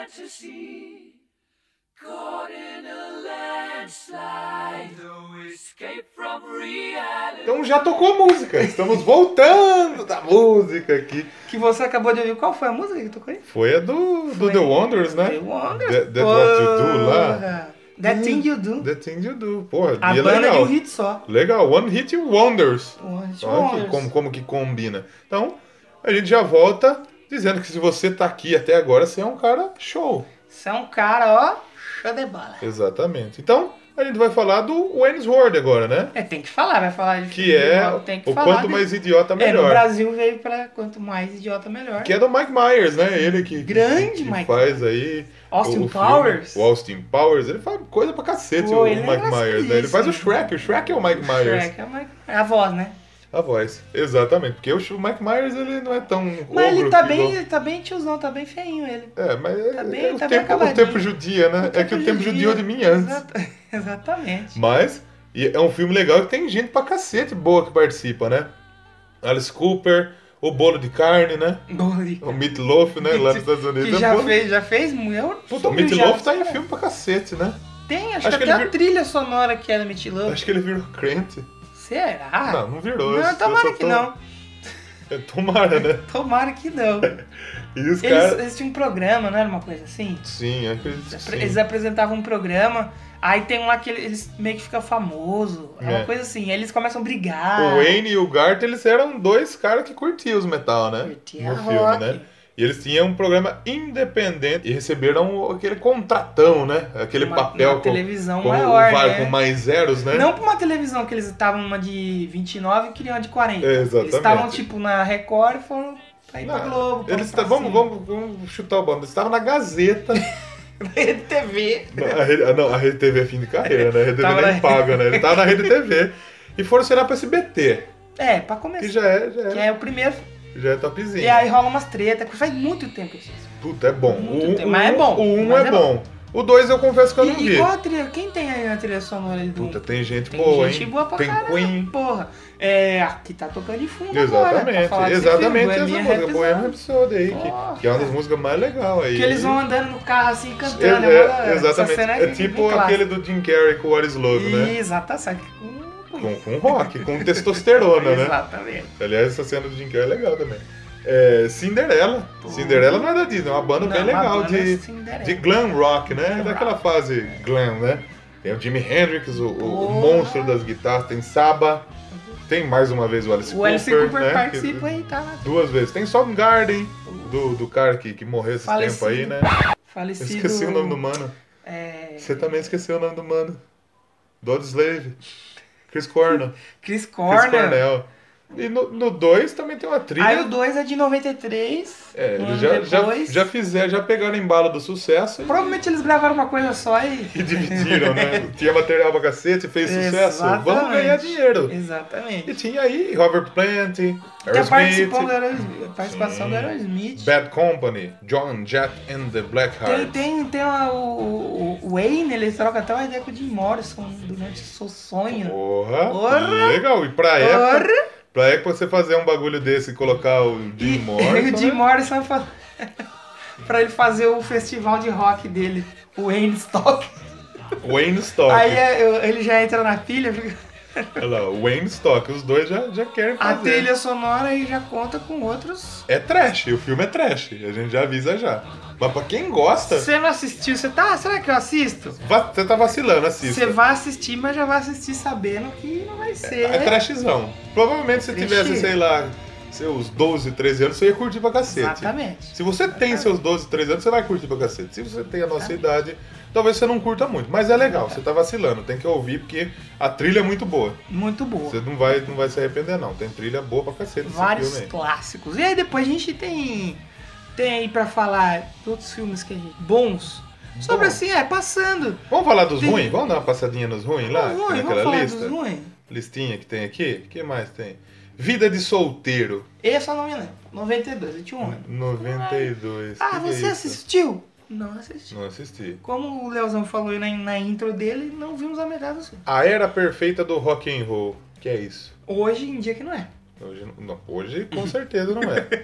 fantasy, caught in a landslide, no escape from reality. Então já tocou música, estamos voltando da música aqui. Que você acabou de ouvir, qual foi a música que tocou aí? Foi a do The Wonders, né? The Wonders. That What You Do lá. That Thing You Do. That Thing You Do, porra. A banda legal. De um hit só. Legal, One Hit Wonders. One Hit Wonders. Como que combina. Então, a gente já volta dizendo que se você tá aqui até agora, você é um cara show. Você é um cara, ó, show de bola. Exatamente. Então, a gente vai falar do Wayne's World agora, né? Tem que falar, vai falar de que é o quanto mais idiota, melhor. No Brasil veio pra quanto mais idiota, melhor. Que é do Mike Myers, né? Ele que Mike faz aí... Austin Powers. O Austin Powers, ele faz coisa pra cacete, o Mike Myers, né? Ele faz o Shrek é o Mike Myers. Shrek é a voz, né? A voz, exatamente. Porque o Mike Myers, ele não é tão... Mas ele tá bem tiozão, tá bem feinho ele. Mas o tempo judia, né? É que o tempo judiou de mim antes. Exatamente. Mas é um filme legal que tem gente pra cacete boa que participa, né? Alice Cooper... O bolo de carne, né? O Meatloaf, né? Lá nos Estados Unidos. Que já fez Puta, o Meatloaf tá em filme pra cacete, né? Tem, acho que até a trilha sonora que é do Meatloaf. Acho que ele virou crente. Será? Não virou. Não, tomara que não. Tomara, né? Tomara que não. E os caras... Eles tinham um programa, não era uma coisa assim? Sim, acredito que sim. Eles apresentavam um programa... Aí tem um lá que eles meio que ficam famosos, uma coisa assim, aí eles começam a brigar. O Wayne e o Garth, eles eram dois caras que curtiam os metal, né? Curtia no filme, né? E eles tinham um programa independente e receberam aquele contratão, né? Aquele papel uma televisão maior, né? Com mais zeros, né? Não pra uma televisão que eles estavam numa de 29 e queriam uma de 40. Exatamente. Eles estavam tipo na Record e foram pra ir pra Globo. Vamos chutar o bando. Eles estavam na Gazeta. Na Rede TV. A Rede TV é fim de carreira, né? A Rede TV nem paga, né? Ele tava na Rede TV. E foram ser lá pra SBT. Pra começar. Que já é. Que é o primeiro. Já é topzinho. E aí rola umas tretas, porque faz muito tempo isso. Puta, é bom. Mas é bom. O 1 é bom. O 2 eu confesso que eu não vi. E qual a trilha? Quem tem aí na trilha sonora do 1? Puta, tem gente boa, hein? Tem gente boa pra caramba, Queen. Porra. Aqui tá tocando de fundo exatamente, agora. Exatamente essa música, Bohemian Rhapsody aí, que é uma das músicas mais legais aí. Que eles vão andando no carro assim, cantando. Exatamente, é tipo aquele do Jim Carrey com What is Love, né? Exatamente. Com rock, com testosterona, né? Exatamente. Aliás, essa cena do Jim Carrey é legal também. Cinderela. Cinderela não é da Disney, é uma banda bem legal de glam rock, né? Daquela fase glam, né? Tem o Jimi Hendrix, o monstro das guitarras, tem Saba, tem mais uma vez o Alice Cooper. O Alice Cooper né? participa aí, tá? 2 vezes. Tem Soundgarden, do cara que morreu esse tempo aí, né? Falecido. Eu esqueci o nome do mano. Você também esqueceu o nome do mano. Dodslave. Chris Cornell. Chris Cornell. E no 2 também tem uma trilha. Aí o 2 é de 93. Eles já pegaram embalo do sucesso. Provavelmente eles gravaram uma coisa só e dividiram, né? Tinha material pra cacete, fez sucesso. Vamos ganhar dinheiro. Exatamente. E tinha aí Robert Plant, Aerosmith. Participação do Aerosmith. Bad Company, John Jett and the Blackhearts. Tem o Wayne, ele troca até uma ideia com o Jim Morrison durante o seu sonho. Porra. Legal. E pra época você fazer um bagulho desse e colocar o Jim Morrison. E o Jim Morrison pra ele fazer o festival de rock dele, o Wayne Stock. Aí ele já entra na pilha. Olha lá, o Wayne Stock, os dois já querem fazer. A trilha sonora aí já conta com outros. É trash, o filme é trash, a gente já avisa já. Mas pra quem gosta... Você não assistiu, será que eu assisto? Você tá vacilando, assista. Você vai assistir, mas já vai assistir sabendo que não vai ser... É trashzão. Provavelmente se tivesse, sei lá, seus 12, 13 anos, você ia curtir pra cacete. Exatamente. Se você tem seus 12, 13 anos, você vai curtir pra cacete. Se você tem a nossa idade, talvez você não curta muito. Mas é legal, você tá vacilando, tem que ouvir, porque a trilha é muito boa. Muito boa. Você não vai se arrepender, não. Tem trilha boa pra cacete. Vários clássicos. E aí depois a gente tem aí pra falar de outros filmes que a gente... bons. Sobre assim, passando. Vamos falar dos ruins? Vamos dar uma passadinha nos ruins lá? Vamos falar dos ruins. Listinha que tem aqui? O que mais tem? Vida de Solteiro. Esse eu não me lembro. 92, eu tinha um ano. 92. Você assistiu? Não assisti. Não assisti. Como o Leozão falou aí na intro dele, não vimos a metade do filme. A Era Perfeita do Rock and Roll. Que é isso? Hoje em dia que não é. Hoje com certeza não é.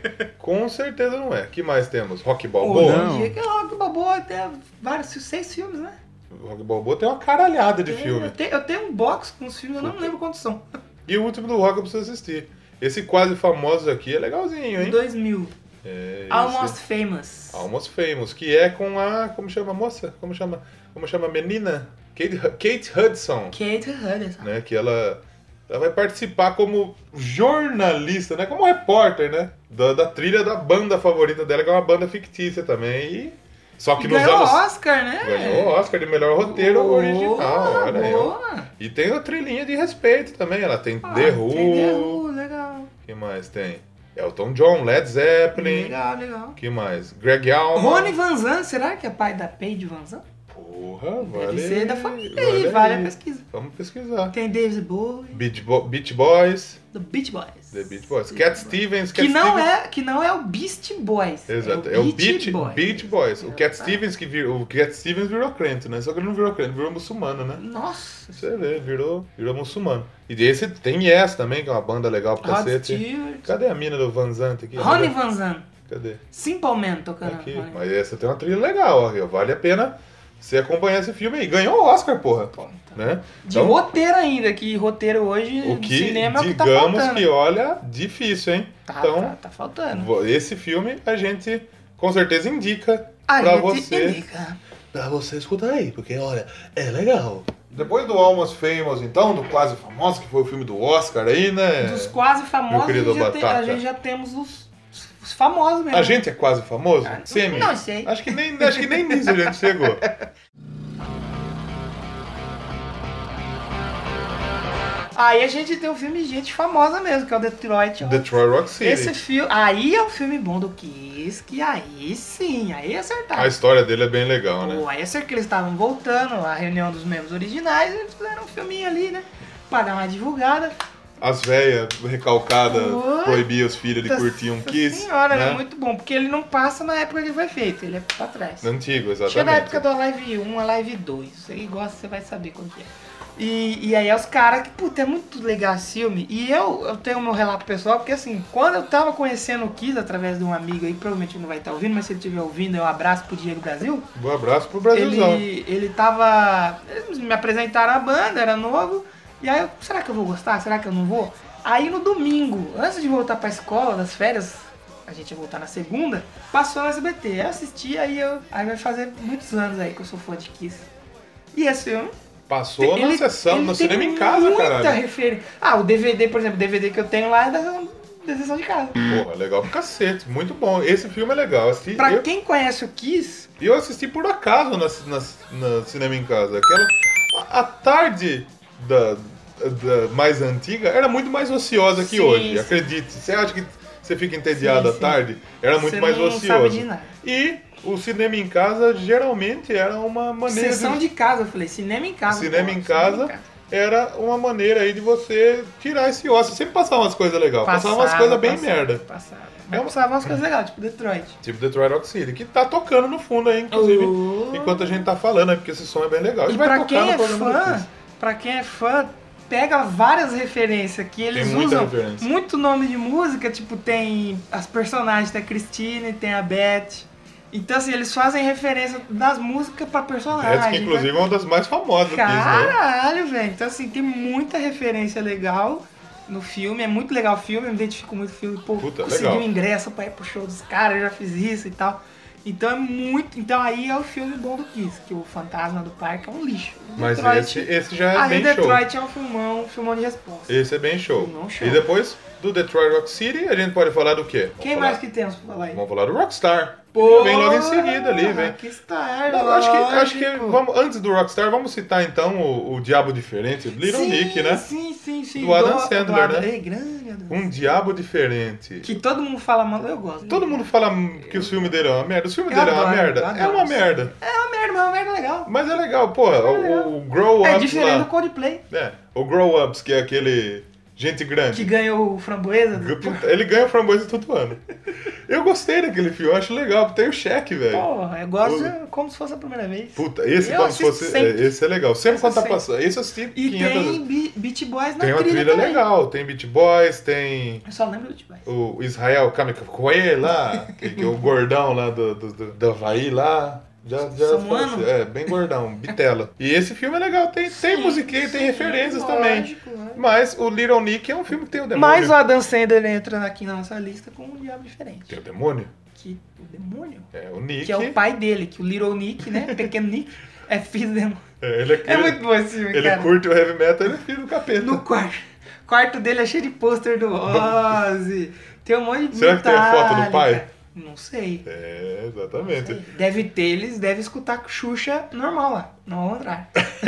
Com certeza não é. O que mais temos? Rock Balboa? Rock Balboa tem vários, 6 filmes, né? O Rock Balboa tem uma caralhada de filme. Eu tenho um box com os filmes, eu não lembro quantos são. E o último do Rock eu preciso assistir. Esse Quase Famosos aqui é legalzinho, hein? 2000. Almost Famous, que é com a... Como chama a moça? Como chama a menina? Kate Hudson. Né? Que ela vai participar como jornalista, né? Como repórter, né? Da trilha da banda favorita dela, que é uma banda fictícia também. Só que ganhou o Oscar, né? Ganhou o Oscar de melhor roteiro original. Olha aí. E tem a trilhinha de respeito também. Ela tem The Who. Tem The Who, legal. O que mais tem? Elton John, Led Zeppelin. Legal. O que mais? Greg Allman. Rony Van Zant, será que é pai da Paige Van Zant? Porra, vale. Deve ser da família aí, vale a pesquisa. Vamos pesquisar. Tem David Bowie. Beach Boys. The Beach Boys. Cat Stevens. Que não é o Beast Boys. Exato, é o Beach Boys. O Cat Stevens virou crente, né? Só que ele não virou crente, virou muçulmano, né? Nossa. Você vê, virou muçulmano. E esse tem Yes também, que é uma banda legal pra cacete. Cadê a mina do Van Zant aqui? Rony Van Zant. Cadê? Simple Man tocando. Aqui. Mas essa tem uma trilha legal, ó. Vale a pena você acompanhar esse filme aí. Ganhou o Oscar, porra. Né? De roteiro ainda, que roteiro hoje no cinema é o que tá faltando. Digamos que, olha, difícil, hein? Tá faltando. Esse filme a gente com certeza indica pra você. Pra você escutar aí, porque, olha, é legal. Depois do Almost Famous, então, do Quase Famosos, que foi o filme do Oscar aí, né? Dos Quase Famosos, a gente já temos os famosos mesmo. A gente é quase famoso? Não sei. Acho que nem nisso a gente chegou. Aí a gente tem um filme de gente famosa mesmo, que é o Detroit Rock City. Esse filme, aí é um filme bom do Kiss, que aí sim, aí acertaram. A história dele é bem legal, né? Aí acertou que eles estavam voltando, a reunião dos membros originais, eles fizeram um filminho ali, né? Pra dar uma divulgada. As velhas recalcadas proibiam os filhos de curtir um Kiss. Senhora, né? É muito bom, porque ele não passa na época que foi feito, ele é pra trás. Antigo, exatamente. Chega na época da Live 1, a Live 2. Você gosta, você vai saber qual que é. E aí é os caras que, puta, é muito legal esse filme. E eu tenho o meu relato pessoal, porque assim, quando eu tava conhecendo o Kiss através de um amigo aí, que provavelmente não vai estar ouvindo, mas se ele estiver ouvindo, um abraço pro Diego Brasil. Um abraço pro Brasilzão. Eles me apresentaram a banda, era novo. E aí, será que eu vou gostar? Será que eu não vou? Aí no domingo, antes de voltar pra escola, das férias, a gente ia voltar na segunda, passou no SBT. Eu assisti, aí vai fazer muitos anos aí que eu sou fã de Kiss. E esse filme... Passou na sessão, no cinema em casa, cara. Muita referência. O DVD, por exemplo, o DVD que eu tenho lá é da sessão de casa. Porra, legal pro cacete, muito bom. Esse filme é legal. Quem conhece o Kiss... Eu assisti por acaso na cinema em casa. A tarde da mais antiga era muito mais ociosa que hoje, acredite. Você acha que você fica entediado à tarde? Era muito mais ocioso. Sabe de nada. E o cinema em casa geralmente era uma maneira Sessão de casa, eu falei, cinema em casa. Cinema em casa era uma maneira aí de você tirar esse ócio. Sempre passava umas coisas legais, passava umas coisas bem merda. Passava umas coisas legais, tipo Detroit. Tipo Detroit Rock City, que tá tocando no fundo aí, inclusive, enquanto a gente tá falando, porque esse som é bem legal. E pra quem é fã, pega várias referências que eles usam muito nome de música, tipo, tem as personagens, tem a Christine, tem a Beth. Então, assim, eles fazem referência das músicas pra personagens. Beth, que inclusive é uma das mais famosas. Caralho, velho. Então, assim, tem muita referência legal no filme. É muito legal o filme, eu me identifico muito com o filme. Pô, consegui um ingresso pra ir pro show dos caras, eu já fiz isso e tal. Então é muito. Então aí é o filme bom do Kiss, que o Fantasma do Parque é um lixo. Mas esse já é bem show. Detroit é um filmão de resposta. Esse é bem show. E depois do Detroit Rock City, a gente pode falar do quê? Quem mais que temos pra falar aí? Vamos falar do Rockstar. Pô, vem logo em seguida ali, vem. Rockstar, acho que vamos, antes do Rockstar, vamos citar então o Diabo Diferente, Little Nick, né? Sim. Do Adam Sandler, né? Grande. Um Diabo Diferente. Que todo mundo fala mal, eu gosto. Todo mundo fala que o filme dele é uma merda. O filme dele é uma merda. É uma merda. É uma merda, mas é uma merda legal. Mas é legal, pô. O Grow Ups. É diferente do Coldplay. O Grow Ups, que é aquele. Gente grande. Que ganhou o Framboesa. Ele ganha o Framboesa todo ano. Eu gostei daquele filme, eu acho legal. Tem o Shaq, velho. Porra, eu gosto como se fosse a primeira vez. Puta, esse como se fosse... Esse é legal. Sempre quando tá passando. Esse eu assisti 500 vezes. E tem Beach Boys na trilha. Tem uma trilha legal. Tem Beach Boys, tem... Eu só lembro do Beach Boys. O Israel Kamikaze lá, que é o gordão lá do Havaí lá. Já bem gordão, bitela. E esse filme é legal, tem musiquinha, tem referências também. Mas o Little Nick é um filme que tem o demônio. Mas o Adam Sandler entra aqui na nossa lista com um diabo diferente. Tem o demônio? O demônio? É, o Nick. Que é o pai dele, que o Little Nick, né? Pequeno Nick, é filho do demônio. É muito bom esse filme, cara. Ele curte o heavy metal, ele é filho do capeta. No quarto dele é cheio de pôster do Ozzy. Tem um monte de Será que tem a foto do pai? Não sei. É, exatamente. Deve ter, eles devem escutar Xuxa normal lá, não ao entrar.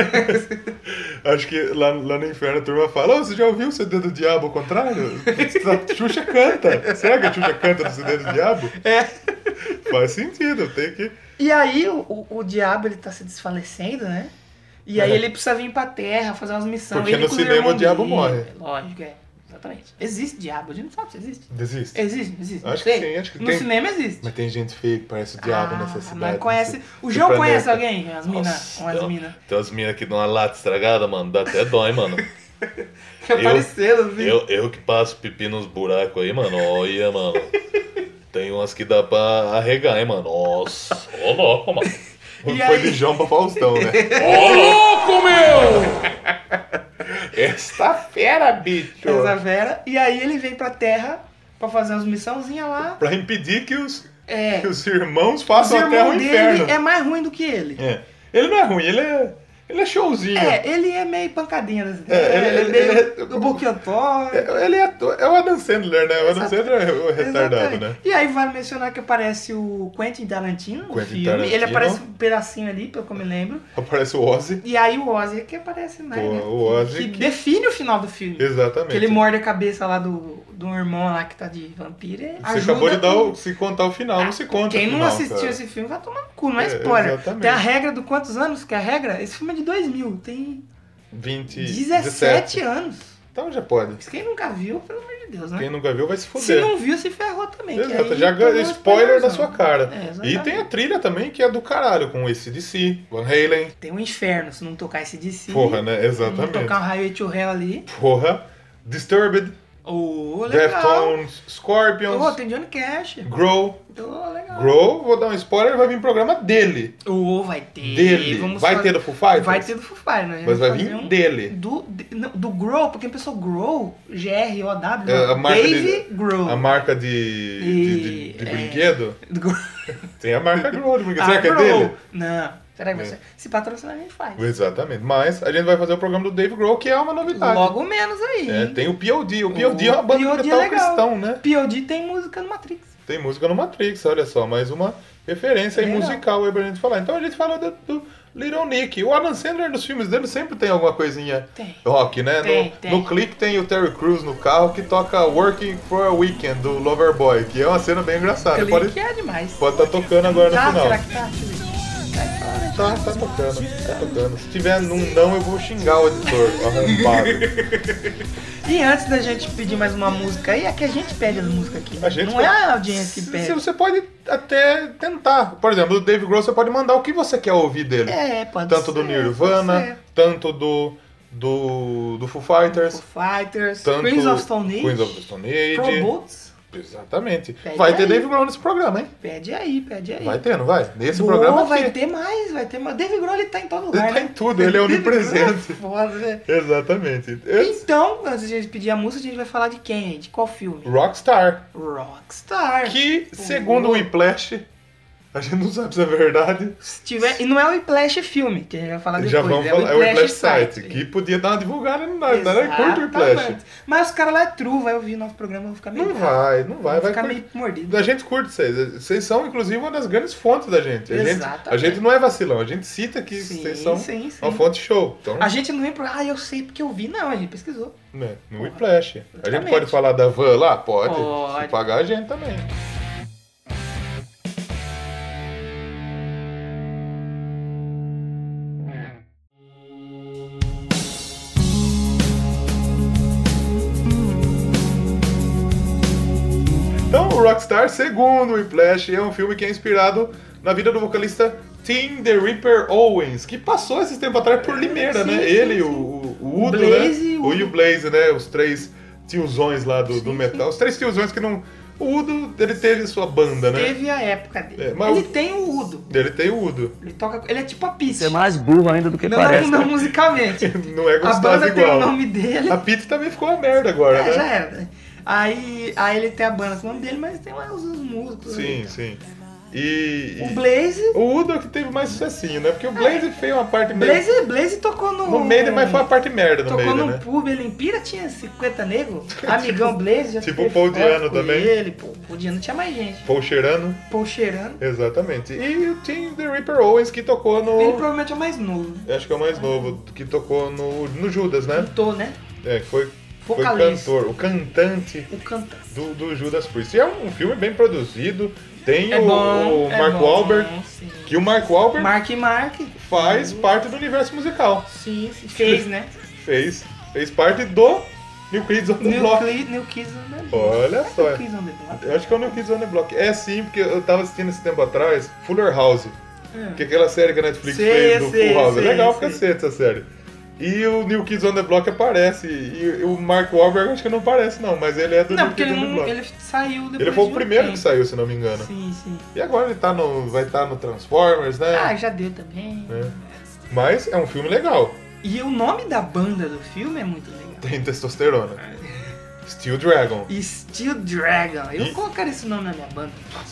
Acho que lá no inferno a turma fala, você já ouviu o CD do Diabo ao contrário? Xuxa canta. Será que a Xuxa canta no CD do Diabo? É. Faz sentido, tem que... E aí o Diabo, ele tá se desfalecendo, né? E aí ele precisa vir pra Terra, fazer umas missões. Porque no cinema o Diabo morre. Lógico, Exatamente. Existe diabo, a gente não sabe se existe. Existe? Existe. Acho que sim, acho que no tem. No cinema existe. Mas tem gente feia que parece o diabo nessa cidade. Mas conhece... O João conhece alguém? Umas minas. Tem umas minas que dão uma lata estragada, mano. Dá até dói, mano. Fica parecendo, viu? Eu que passo pipi nos buracos aí, mano. Olha, mano. Tem umas que dá pra arregar, hein, mano. Nossa. Ô, louco, mano. Foi de João pra Faustão, né? Ô, louco, meu! Esta fera, bicho! Essa fera. E aí ele vem pra Terra pra fazer umas missãozinhas lá. Pra impedir que os irmãos façam a Terra o inferno. Ele é mais ruim do que ele. Ele não é ruim, ele é showzinho. Ele é meio pancadinha. Ele é do Boquiotó. Ele é o Adam Sandler, né? O Adam Sandler é o retardado, né? E aí vale mencionar que aparece o Quentin Tarantino no filme. Ele aparece um pedacinho ali, pelo que eu me lembro. Aparece o Ozzy. E aí o Ozzy que aparece mais, né? O Ozzy que define o final do filme. Exatamente. Que ele morde a cabeça lá do irmão lá que tá de vampiro. Você acabou de se contar o final, não se conta Quem o final, não assistiu esse filme vai tomar no cu, não é spoiler. Exatamente. Tem a regra do quantos anos que é a regra? Esse filme é de 2000, tem 17 anos. Então já pode. Quem nunca viu, pelo amor de Deus, né? Quem nunca viu vai se fuder. Se não viu, se ferrou também. Exato, já ganha spoiler na sua cara. E tem a trilha também que é do caralho, com esse AC/DC, Van Halen. Tem um inferno se não tocar esse DC. Porra, né? Exatamente. Se não tocar um Highway to Hell ali. Porra. Disturbed. Legal. Deftones, Scorpions. Tem Johnny Cash. Grow. Legal. Grow, vou dar um spoiler, vai vir programa dele. Vai ter. Dele. Vai ter do Foo Fighters? Vai ter do Foo Fighters, né? Mas vai vir dele. Do Grow, porque a pessoa Grow, G-R-O-W, Dave Grow. A marca de brinquedo? Tem a marca Grow de brinquedo. Será que é dele? Não. Será que você... Se patrocinar, a gente faz. Exatamente. Mas a gente vai fazer o programa do Dave Grohl, que é uma novidade. Logo menos aí. Tem o P.O.D. O P.O.D. é uma banda de metal cristão, né? P.O.D. tem música no Matrix. Tem música no Matrix, olha só. Mais uma referência aí musical aí pra gente falar. Então a gente fala do Little Nick. O Adam Sandler nos filmes dele sempre tem alguma coisinha rock, né? No clique tem o Terry Crews no carro que toca Working for a Weekend, do Loverboy, que é uma cena bem engraçada. É demais. Pode estar tocando agora no final. Será que tá? Tá tocando. Se tiver não, eu vou xingar o editor, arrombado. E antes da gente pedir mais uma música aí, é que a gente pede as músicas aqui. Não é a audiência que pede. Você pode até tentar. Por exemplo, do Dave Grohl, você pode mandar o que você quer ouvir dele. Pode tanto do Nirvana, tanto do Foo Fighters. Tanto Queens of Stone Age. Pro Boots. Exatamente. Vai ter Dave Grohl nesse programa, hein? Pede aí. Vai ter, não vai? Nesse programa aqui. Vai ter mais. Dave Grohl, ele tá em todo lugar, Ele tá em tudo, ele é onipresente. Foda, né? Exatamente. Então, antes de a gente pedir a música, a gente vai falar de quem? De qual filme? Rockstar. Que, segundo o Whiplash, a gente não sabe se é verdade. E não é o Whiplash filme, que a gente vai falar depois. Já vamos falar, é o Whiplash Site, que podia dar uma divulgada, não era curto o Whiplash. Mas os caras lá é true, vai ouvir nosso programa, vão ficar meio... Não vai. Vai ficar meio mordido. A gente curte vocês. Vocês são, inclusive, uma das grandes fontes da gente. A gente não é vacilão, a gente cita que vocês são uma fonte show. Então, a gente não vem pra, eu sei porque eu vi, não, a gente pesquisou. No Whiplash. A gente pode falar da van lá? Pode. Se pagar a gente também. Então, o Rockstar, segundo o Whiplash, é um filme que é inspirado na vida do vocalista Tim The Ripper Owens, que passou esses tempos atrás por Limeira, né? Ele, o Udo, Blaze, né? O Blaze, né? Os três tiozões lá do metal. Os três tiozões que não... O Udo, ele teve sua banda, né? Teve a época dele. Mas ele tem o Udo. Ele tem o Udo. Ele é tipo a Pete. Você é mais burro ainda do que parece. Não musicalmente. Não é gostoso igual. A banda igual. tem o nome dele. A Pete também ficou uma merda agora, né? Já era. Aí ele tem a banda com o nome dele, mas tem lá os músicos. Sim, sim. O Blaze... O Udo é que teve mais sucessinho, né? Porque o Blaze fez uma parte meio... Blaze tocou no... No Maiden, mas foi a parte merda no Maiden, Tocou né? no pub, ele em Pira tinha 50 negros. Amigão Blaze já tipo o Paul Diano também. Ele, pô, o Paul Diano tinha mais gente. Paul Cheirano. Exatamente. E o Tim The Ripper Owens, que tocou no... Ele provavelmente é o mais novo. Acho que é o mais novo, que tocou no Judas, né? Cantou, né? É, foi Vocalista. cantor, o cantante do Judas Priest. E é um filme bem produzido. Tem o Mark Wahlberg, que o Mark Wahlberg faz parte do universo musical. Sim, fez, né? Fez parte do New Kids on the Block. New Kids on the Block. Olha só. New Kids on the Block. Eu acho que é o New Kids on the Block. É sim, porque eu tava assistindo esse tempo atrás, Fuller House. Que é aquela série que a Netflix fez do Full House. É legal pra cacete essa série. E o New Kids on the Block aparece. E o Mark Wahlberg acho que não aparece, não, mas ele é do New Kids on the Block. Ele saiu depois. Ele foi o primeiro que saiu, se não me engano. Sim. E agora ele vai estar no Transformers, né? Ah, já deu também. É. Mas é um filme legal. E o nome da banda do filme é muito legal. Tem testosterona. Steel Dragon. Steel Dragon. Eu colocaria esse nome na minha banda.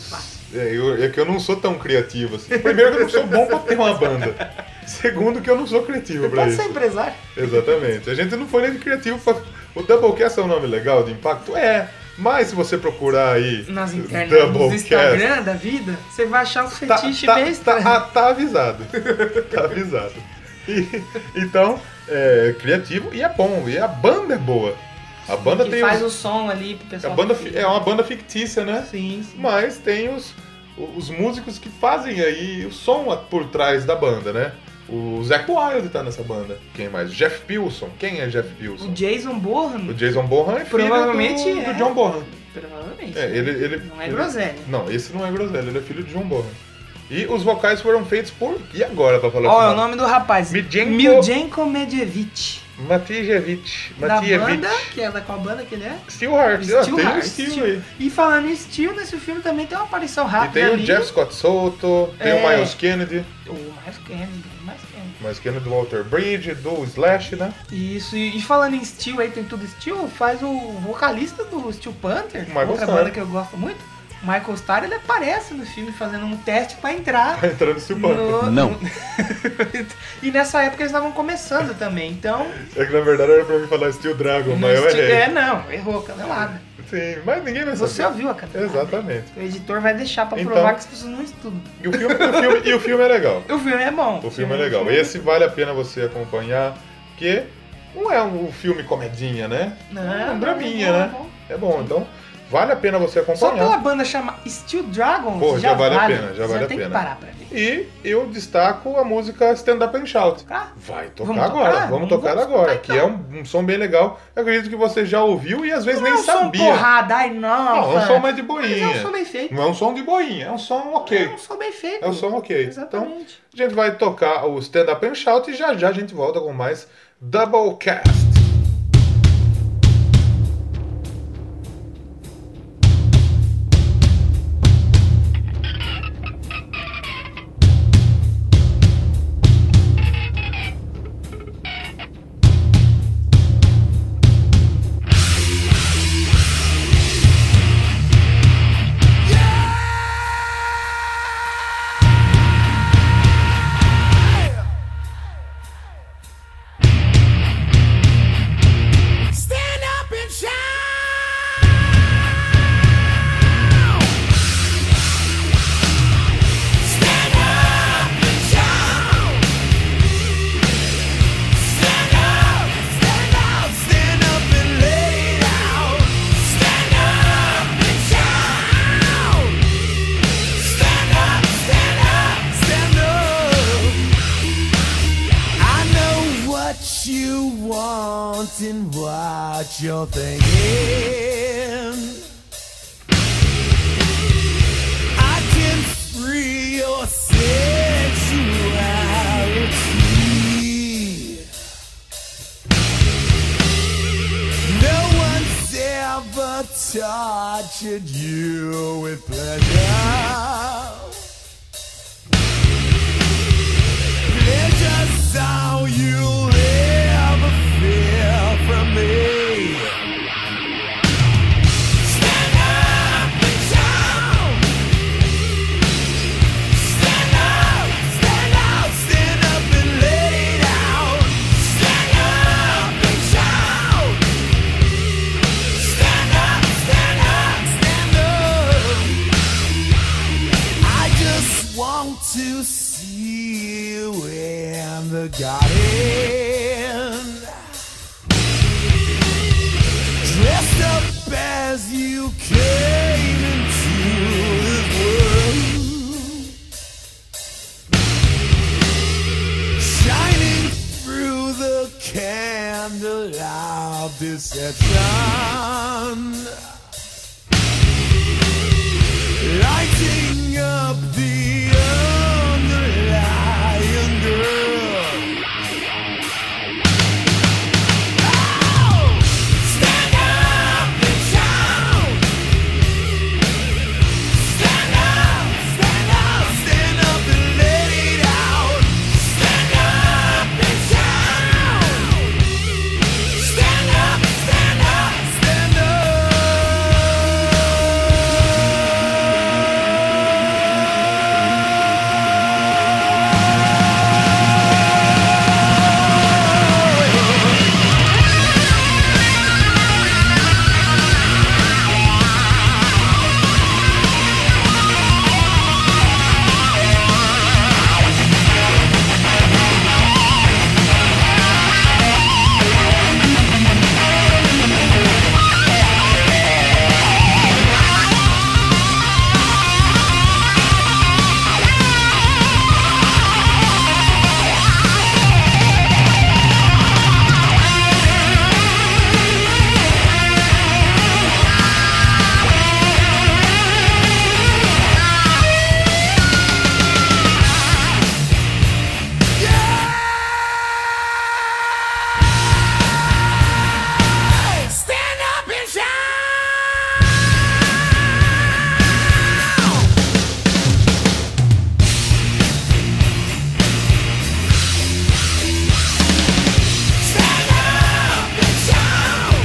É que eu não sou tão criativo assim. Primeiro que eu não sou bom pra ter uma banda. Segundo que eu não sou criativo pra isso. Pode ser empresário. Exatamente. A gente não foi nem criativo pra... O Doublecast é um nome legal de impacto? É. Mas se você procurar aí... Nas internet, no Instagram da vida, você vai achar um fetiche meio estranho. Tá avisado. Tá avisado. Então, é criativo e é bom. E a banda é boa. A banda tem faz o som ali pro pessoal. É uma banda fictícia, né? Sim. Mas tem os músicos que fazem aí o som por trás da banda, né? O Zakk Wylde tá nessa banda. Quem mais? Jeff Pilson. Quem é Jeff Pilson? O Jason Bonham. O Jason Bonham é filho do John Bonham. Provavelmente. Ele não é groselha. Não, esse não é groselha. Ele é filho de John Bonham. E os vocais foram feitos por... E agora, pra falar Ó, é o nome do rapaz. Miljenko Medjevic. Matijevich. Da banda, que é qual banda que ele é? Steelheart. Tem Steel aí. E falando em Steel, nesse filme também tem uma aparição rápida. E tem o Jeff Scott Soto, tem o Miles Kennedy. O Miles Kennedy. Miles Kennedy do Walter Bridge, do Slash, né? Isso, e falando em Steel aí, tem tudo Steel, faz o vocalista do Steel Panther, outra banda que eu gosto muito. Michael Starr, ele aparece no filme fazendo um teste pra entrar. Pra entrar no Steel Panther. Não. E nessa época eles estavam começando também, então... É que na verdade era pra mim falar Steel Dragon, mas eu errei. Errou, canelada. Sim, mas ninguém vai saber. Você ouviu a canelada. Exatamente. O editor vai deixar pra provar que as pessoas não estudam. E o filme é legal. O filme é bom. O filme é legal. Esse vale a pena você acompanhar, porque não é um filme comedinha, né? Não, é um draminha, né? É bom, então... Vale a pena você acompanhar. Só pela banda chama Steel Dragon, já vale a pena, já vale a tem pena. Que parar pra ver. E eu destaco a música Stand Up and Shout. Vai tocar agora, vamos tocar agora, que é um som bem legal. Eu acredito que você já ouviu e às vezes nem sabia. Não é um som porrada, ai não. Não, é um som mais de boinha. Mas é um som bem feito. Não é um som de boinha, é um som ok. É um som bem feito. É um som ok. Exatamente. Então, a gente vai tocar o Stand Up and Shout e já a gente volta com mais Doublecast. And what you're thinking. watching you with pleasure. Pleasure's all you'll ever feel from me. Stand up and shout. Stand up, stand up, stand up and let it out. Stand up and shout. Stand up, stand up, stand up. I just want to see you in the garden, dressed up as you came into this world, shining through the candle of deception, lighting up the underlying girl. Oh! Stand up and shout. Stand up, stand up, stand up and let it out. Stand up and shout. Stand up, stand up, stand up. Stand up and shout. Stand up and shout.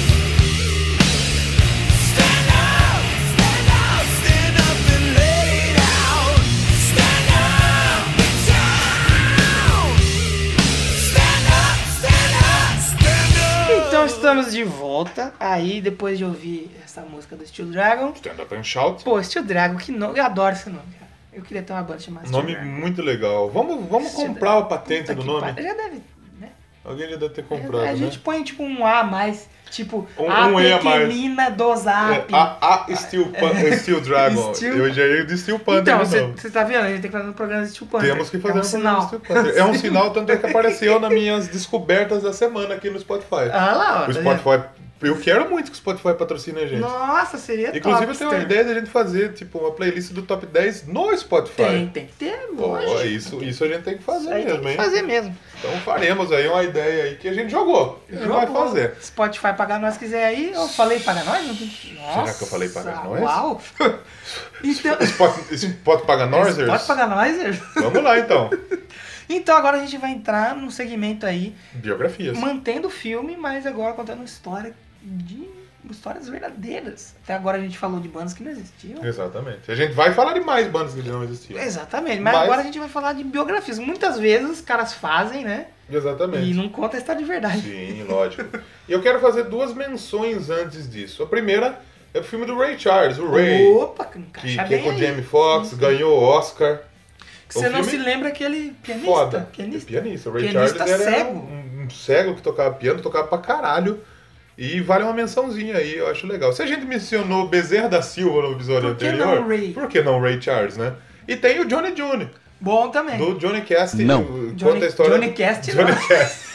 Stand up, stand up, stand up and let it out. Stand up and shout. Stand up, stand up, stand up. Então estamos de volta. Aí, depois de ouvir essa música do Steel Dragon. Stand Up and Shout. Pô, Steel Dragon, que nome. Eu adoro esse nome, cara. Eu queria ter uma banda chamada Steel Nome Dragon. muito legal. Vamos Steel comprar Dragon. a patente Puta do que nome? pariu. Já deve, né? Alguém já deve ter comprado, A né? gente põe tipo um A a mais. Tipo, Um a E a mais. pequenina do Zap. A Steel Dragon. Steel- Eu já ia de Steel Panther Então, de novo. você tá vendo? A gente tem que fazer um programa de Steel Panther. Temos que fazer é um um sinal. programa do Steel Panther. É um sinal, tanto é que apareceu nas minhas descobertas da semana aqui no Spotify. Ah lá, ó. O tá vendo? Spotify, eu quero muito que o Spotify patrocine a gente. Nossa, seria Inclusive, top. eu tenho uma ideia de a gente fazer, tipo, uma playlist do Top 10 no Spotify. Tem que ter, Pô, lógico. isso a gente tem que fazer Isso aí mesmo, tem que hein? fazer mesmo. Então faremos aí uma ideia aí que a gente jogou. A gente vai fazer. Spotify pagar nós quiser aí. Eu falei pagar nós? Nossa, Será que eu falei pagar nós? Uau. Então, Spot paga nós? pode pagar nós? Vamos lá, então. Então agora a gente vai entrar num segmento aí, Biografias. mantendo o filme, mas agora contando histórias verdadeiras. Até agora a gente falou de bandas que não existiam. Exatamente. A gente vai falar de mais bandas que não existiam. Exatamente, mas Mas- agora a gente vai falar de biografias. Muitas vezes os caras fazem, né? Exatamente. E não conta a história de verdade. Sim, lógico. E eu quero fazer duas menções antes disso. A primeira é o filme do Ray Charles, o Ray. Opa, Que encaixa é bem com o aí. Jamie Foxx, ganhou o Oscar. Você O não filme se lembra aquele pianista? Foda. Pianista. Pianista. O Ray Pianista Charles era cego. um cego que tocava piano, tocava pra caralho. E vale uma mençãozinha aí, eu acho legal. Se a gente mencionou Bezerra da Silva no episódio Por que anterior, não Ray? por que não Ray Charles, né? E tem o Johnny June, Bom também. do Johnny Cast. Não. Conta a história. Johnny Cast Johnny não. Cast.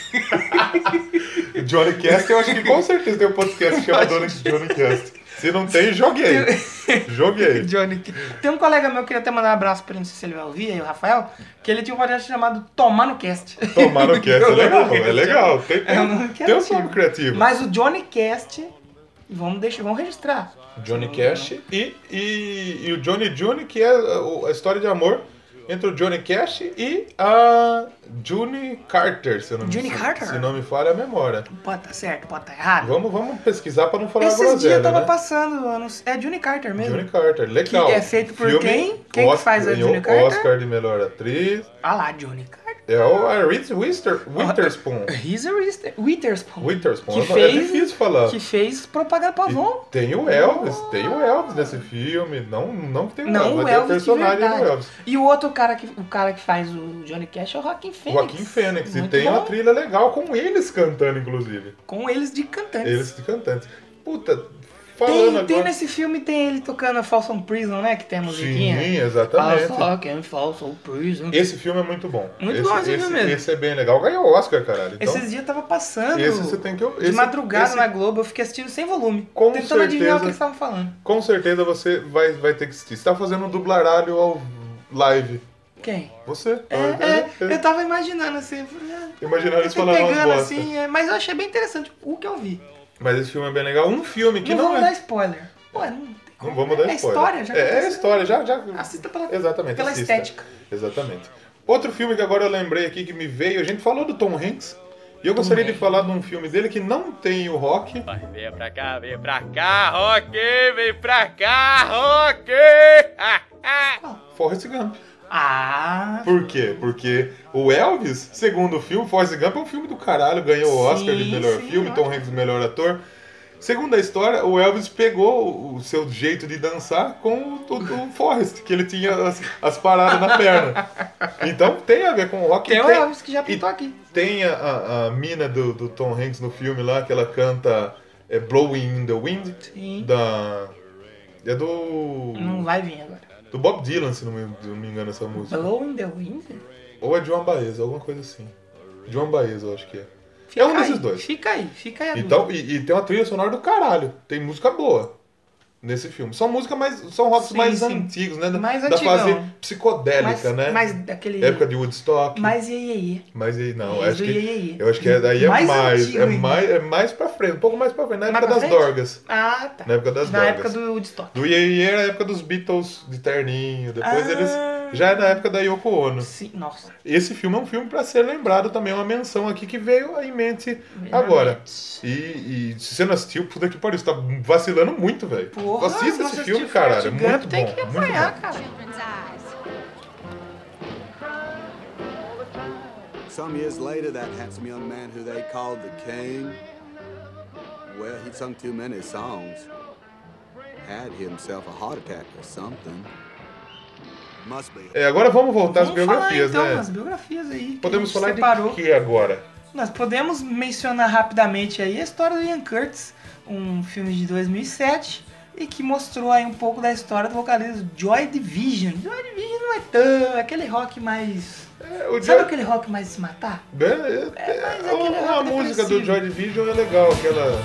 Johnny Cast, eu acho que com certeza tem um podcast que chama Johnny Cast. Se não tem, joguei. Joguei. Johnny. Tem um colega meu que queria até mandar um abraço pra ele, não sei se ele vai ouvir, aí, o Rafael, que ele tinha um podcast chamado Tomar no Cast. Tomar no Cast, é legal, é legal. Tem É um nome um criativo. nome criativo. Mas o Johnny Cast Vamos registrar. Johnny Cash e o Johnny June, que é a história de amor entre o Johnny Cash e a June Carter, se não me falha a memória. Pode estar certo, pode estar errado. Vamos pesquisar pra não falar groselha, Esses dias tava né? passando, é June Carter mesmo. June Carter, legal. Que é feito por Filme, quem? Quem que faz a June Carter? Oscar de melhor atriz. Ah lá, June Carter. É a Reese Witherspoon. Reese Witherspoon. Witherspoon, Que fez, é difícil falar. Que fez propaganda pra Avon. Tem o Elvis nesse filme. Não que tem o Não, Elvis, o mas tem o Elvis personagem de do Elvis. E o outro cara que faz o Johnny Cash é o Joaquin Phoenix. Joaquin Phoenix. E Muito tem bom. uma trilha legal com eles cantando, inclusive. Com eles de cantantes. Puta, falando agora... Tem nesse filme, tem ele tocando a Folsom Prison, né? Que tem a musiquinha. Sim, exatamente. Folsom Prison. Esse filme é muito bom. Muito bom esse filme mesmo. Esse é bem legal. Ganhou o Oscar, caralho. Então, Esses dias tava passando esse você tem que... de madrugada na Globo, eu fiquei assistindo sem volume. Com tentando adivinhar o que certeza. eles estavam falando. Com certeza você vai ter que assistir. Você tá fazendo um dublaralho ao live. Quem? Você? Eu tava imaginando assim. Imaginando eles fui falando umas pegando bosta. assim, mas eu achei bem interessante o que eu vi. Mas esse filme é bem legal. Um filme que não não vamos é... dar spoiler. Pô, Não vamos dar spoiler. História, já É história, já. Assista Exatamente, pela assista. estética. Exatamente. Outro filme que agora eu lembrei aqui que me veio, a gente falou do Tom Hanks. E eu gostaria de falar de um filme dele que não tem o Rock. Vem pra cá, Rock! Vem pra cá, Rock! Forrest Gump. Ah, Por quê? Porque o Elvis, segundo o filme, Forrest Gump é um filme do caralho, ganhou o Oscar de melhor filme, Tom Hanks melhor ator. Segundo a história, o Elvis pegou o seu jeito de dançar com o Forrest, que ele tinha as paradas na perna. Então tem a ver com o Rock. tem o Elvis que já pintou aqui. Tem a mina do Tom Hanks no filme lá, que ela canta Blowing in the Wind. Sim. É do... Não vai vir agora. Do Bob Dylan, se não me engano, essa música. Blowing the Wind? Ou é Joan Baez, alguma coisa assim. Joan Baez, eu acho que é. É um desses dois. Fica aí a Então, dúvida. e tem uma trilha sonora do caralho. Tem música boa nesse filme. São rocks mais antigos, né? Mais da antigão. fase psicodélica, né? Mais daquele... Época de Woodstock. Mais iê. Mas aí não, Mais acho do que iê. eu acho que daí é Mais mais, antigo ainda. é mais pra frente, um pouco mais pra frente, na Mais época pra das frente? Dorgas. Ah, tá. Na época das Na Dorgas. época do Woodstock. Do Iê era a época dos Beatles de terninho, depois eles já é na época da Yoko Ono. Sim, nossa. Esse filme é um filme pra ser lembrado também, uma menção aqui que veio em mente agora. E se você não assistiu, puta que pariu, você tá vacilando muito, velho. Porra, Assista nossa, esse filme, assistir caralho, é Forrest muito Gump tem bom, que muito acompanhar, bom. cara. Some years later, that handsome young man who they called the King, well, he'd sung too many songs. Had himself a heart attack or something. Must be. Agora vamos voltar às Vamos falar, biografias, então, né? as biografias aí. que Podemos a gente falar separou. de que agora? Nós podemos mencionar rapidamente aí a história do Ian Curtis, um filme de 2007, e que mostrou aí um pouco da história do vocalista Joy Division. Joy Division não é tão... aquele rock mais... Sabe aquele rock mais de se matar? A música do Joy Division é legal, aquela...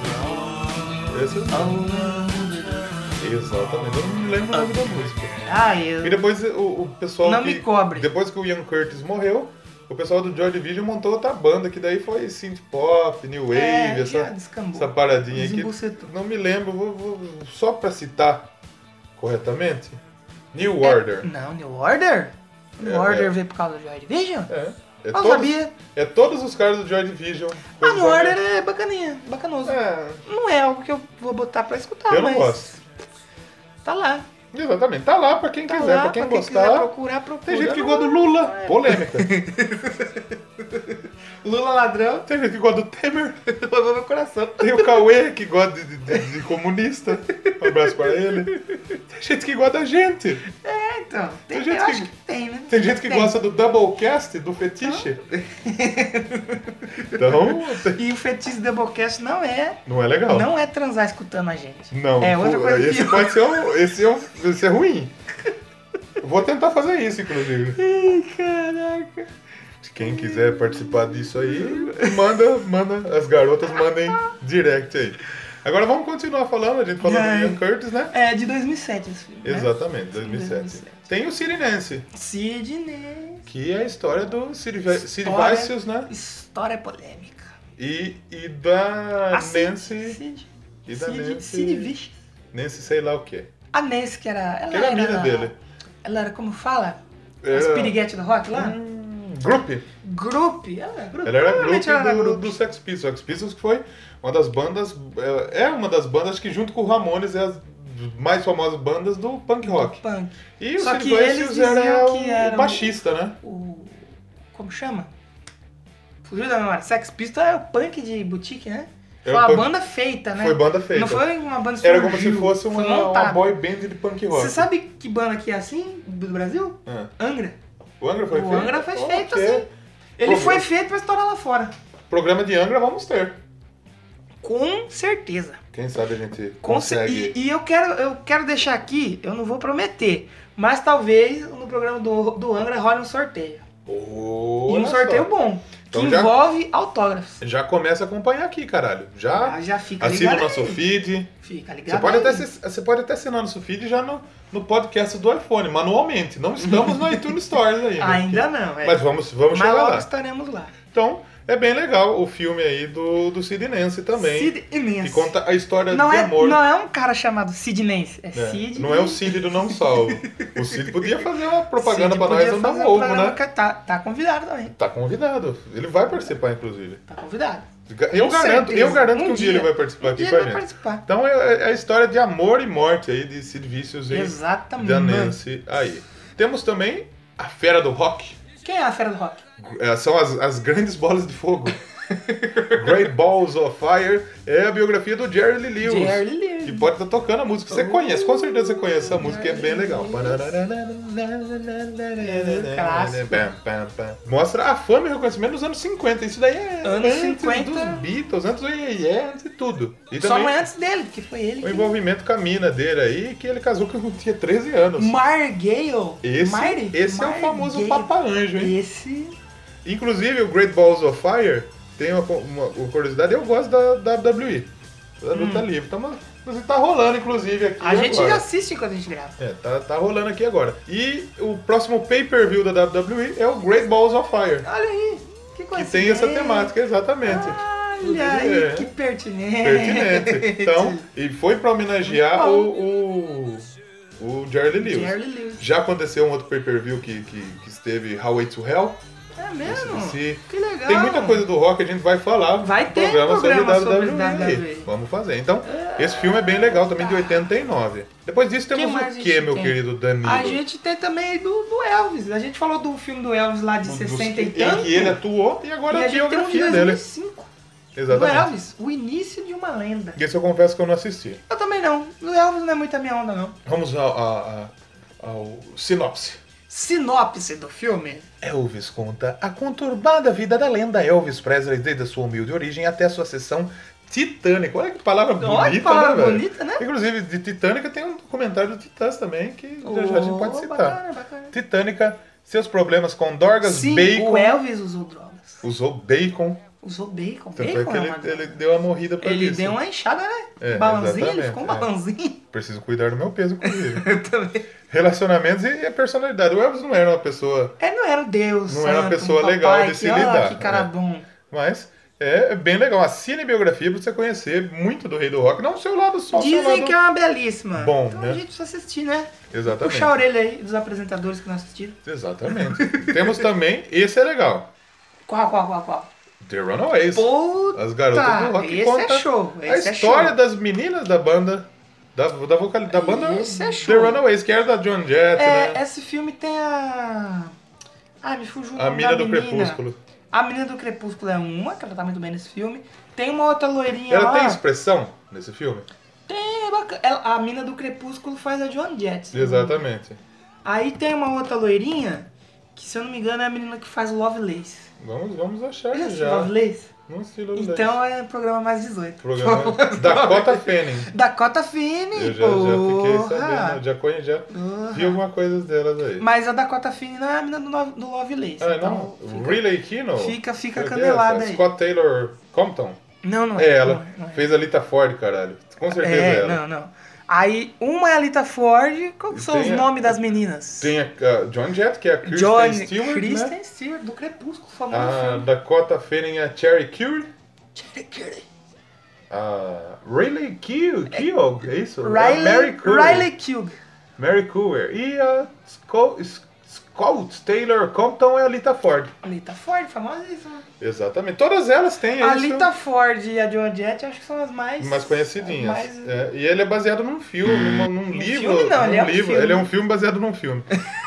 Exatamente, eu não me lembro o nome da música. E depois o pessoal Não me cobre. Depois que o Ian Curtis morreu, o pessoal do Joy Division montou outra banda, que daí foi synth pop, new wave, essa paradinha aqui. Não me lembro, vou só pra citar corretamente. New Order. Não, New Order? New Order veio por causa do Joy Division? Eu sabia. É todos os caras do Joy Division. New Order é bacaninha, bacanoso. Não é algo que eu vou botar pra escutar, eu mas... não gosto. Tá lá. Exatamente, tá lá pra quem quiser, lá, pra quem quiser gostar. procura. Tem gente que gosta do Lula, polêmica. Lula ladrão. Tem gente que gosta do Temer. Levou meu coração. Tem o Cauê que gosta de comunista. Um abraço para ele. Tem gente que gosta da gente. Então. Tem gente eu que, acho que tem, né? Tem gente que gosta do Doublecast, do fetiche. Então. E o fetiche do Doublecast não é. Não é legal. Não é transar escutando a gente. Não. É outra coisa. Esse pode ser esse é ruim. Vou tentar fazer isso, inclusive. Ai, caraca. Quem quiser participar disso aí, manda. As garotas mandem direct aí. Agora vamos continuar falando, a gente falou do Ian Curtis, né? É de 2007 esse filme. Exatamente, 2007. Tem o Sidney. Sidney. Que é a história do Sid Vicious, né? História polêmica. E da Nancy. E da Sid Vicious. Nancy sei lá o quê. A Nancy, que era... Ela era a mina dele. Ela era, como fala? As piriguete do rock lá? Group. Ela era Group do Sex Pistols. Sex Pistols que foi uma das bandas... É uma das bandas que junto com o Ramones é as mais famosas bandas do punk rock. E o Sid Vicious era o baixista, né? Como chama? Fugiu da memória. Sex Pistols é o punk de boutique, né? Foi uma banda feita, né? Foi banda feita. Não foi uma banda Era como se fosse uma boy band de punk rock. Você sabe que banda que é assim, do Brasil? Angra. O Angra foi feito? O Angra foi feito assim. Ele foi feito pra estourar lá fora. Programa de Angra vamos ter. Com certeza. Quem sabe a gente consegue. E eu quero deixar aqui, eu não vou prometer, mas talvez no programa do Angra role um sorteio. E um sorteio bom. Então que envolve autógrafos. Já começa a acompanhar aqui, caralho. Já fica ligado. Assina o nosso feed. Fica ligado. Você pode até assinar nosso feed já no podcast do iPhone, manualmente. Não estamos no iTunes Stories ainda. Ainda não, Mas vamos chegar lá. Mas estaremos lá. Então, é bem legal o filme aí do Sid Nancy também. Sid Nancy. Que conta a história de amor. Não é um cara chamado Sid Nancy, é Sid. Não é o Cid do Não Salvo. O Cid podia fazer uma propaganda pra nós do Não Ovo, né? Tá convidado também. Tá convidado. Ele vai participar, inclusive. Tá convidado. Eu garanto que um dia ele vai participar aqui com a gente. Então é a história de amor e morte aí de Sid Vicious e da Nancy aí. Temos também a Fera do Rock. Quem é a Fera do Rock? São as grandes bolas de fogo. Great Balls of Fire é a biografia do Jerry Lee Lewis. Que pode estar tocando a música. Você conhece, com certeza você conhece essa música, que é bem legal. Mostra a fama e reconhecimento dos anos 50. Isso daí é anos antes 50 dos Beatles, antes do antes de tudo. E só não é antes dele, porque foi ele. O envolvimento com a mina dele aí, que ele casou quando tinha 13 anos. Margale. Esse é o famoso Papa Anjo, hein? Esse... Inclusive, o Great Balls of Fire tem uma curiosidade, eu gosto da WWE, da luta livre. Então, tá rolando, inclusive, aqui a gente já assiste quando a gente grava. Tá rolando aqui agora. E o próximo pay-per-view da WWE é o Great Balls of Fire. Olha aí, que coisa. Que tem essa temática, exatamente. Olha aí, que pertinente. Então, e foi pra homenagear o Jerry Lee Lewis. Já aconteceu um outro pay-per-view que esteve Highway to Hell. É mesmo? Que legal. Tem muita coisa do rock, a gente vai falar. Vai ter programa sobre WWE. Vamos fazer. Então, esse filme é bem legal, também de 89. Depois disso temos o que, meu querido Danilo? A gente tem também do Elvis. A gente falou do filme do Elvis lá de 60 e tanto. Em que ele atuou e agora a biografia dele. 2005. Exatamente. Do Elvis, o início de uma lenda. Esse eu confesso que eu não assisti. Eu também não. O Elvis não é muito a minha onda, não. Vamos ao sinopse. Sinopse do filme. Elvis conta a conturbada vida da lenda Elvis Presley desde a sua humilde origem até a sua sessão titânica. Olha que palavra bonita, né? Inclusive, de Titânica tem um documentário do Titãs também, que já a gente pode citar. Bacana. Titânica, seus problemas com Dorgas, sim, bacon. O Elvis usou drogas. Usou bacon. Tanto é que ele deu uma morrida pra isso. Ele deu uma enxada, né? Balãozinho, ele ficou um balãozinho. Preciso cuidar do meu peso, inclusive. Eu também. Relacionamentos e a personalidade. O Elvis não era uma pessoa... Ele não era um deus. Não era uma pessoa legal de se lidar. Que cara bom. Mas é bem legal. A cinebiografia pra você conhecer muito do Rei do Rock. Não o seu lado só. Dizem que é uma belíssima. Bom, então né? A gente precisa assistir, né? Exatamente. Puxar a orelha aí dos apresentadores que não assistiram. Exatamente. Temos também... Esse é legal. Qual? The Runaways. Puta, as garotas do rock. Esse conta é show. A história das meninas da banda. Da banda esse é show. The Runaways, que era da Joan Jett, né? Esse filme tem a... me fugiu o nome A mina do Crepúsculo. A menina do Crepúsculo é uma, que ela tá muito bem nesse filme. Tem uma outra loirinha lá. Ela tem expressão nesse filme? Tem, é bacana. A mina do Crepúsculo faz a Joan Jett. Exatamente. Aí tem uma outra loirinha, que se eu não me engano é a menina que faz o Lovelace. Vamos achar já. Lovelace? Não sei Lovelace. Então é programa mais 18. Programa Dakota Fanning. Dakota Fanning, eu já fiquei sabendo, já vi alguma coisa delas aí. Mas a Dakota Fanning não é a menina do Lovelace. Então não? Riley Keough? Fica canelada aí. Scott Taylor Compton? Não é. Ela fez a Lita Ford, caralho. Com certeza é ela. Não. Aí, uma é a Lita Ford. Qual são os nomes das meninas? Tem a Joan Jett, que é a Kristen Stewart, Kristen Stewart, do Crepúsculo, famoso a Dakota Fanning é a Cherry Curry. Riley Keough, é isso? Riley Keough. Mary Cooper. E a Scout Taylor Compton é a Lita Ford. A Lita Ford, famosíssima. Exatamente. Todas elas têm A isso. Lita Ford e a Joan Jett acho que são as mais conhecidinhas. E ele é baseado num filme, num livro. Filme não, ele é um livro. filme. Ele é um filme baseado num filme.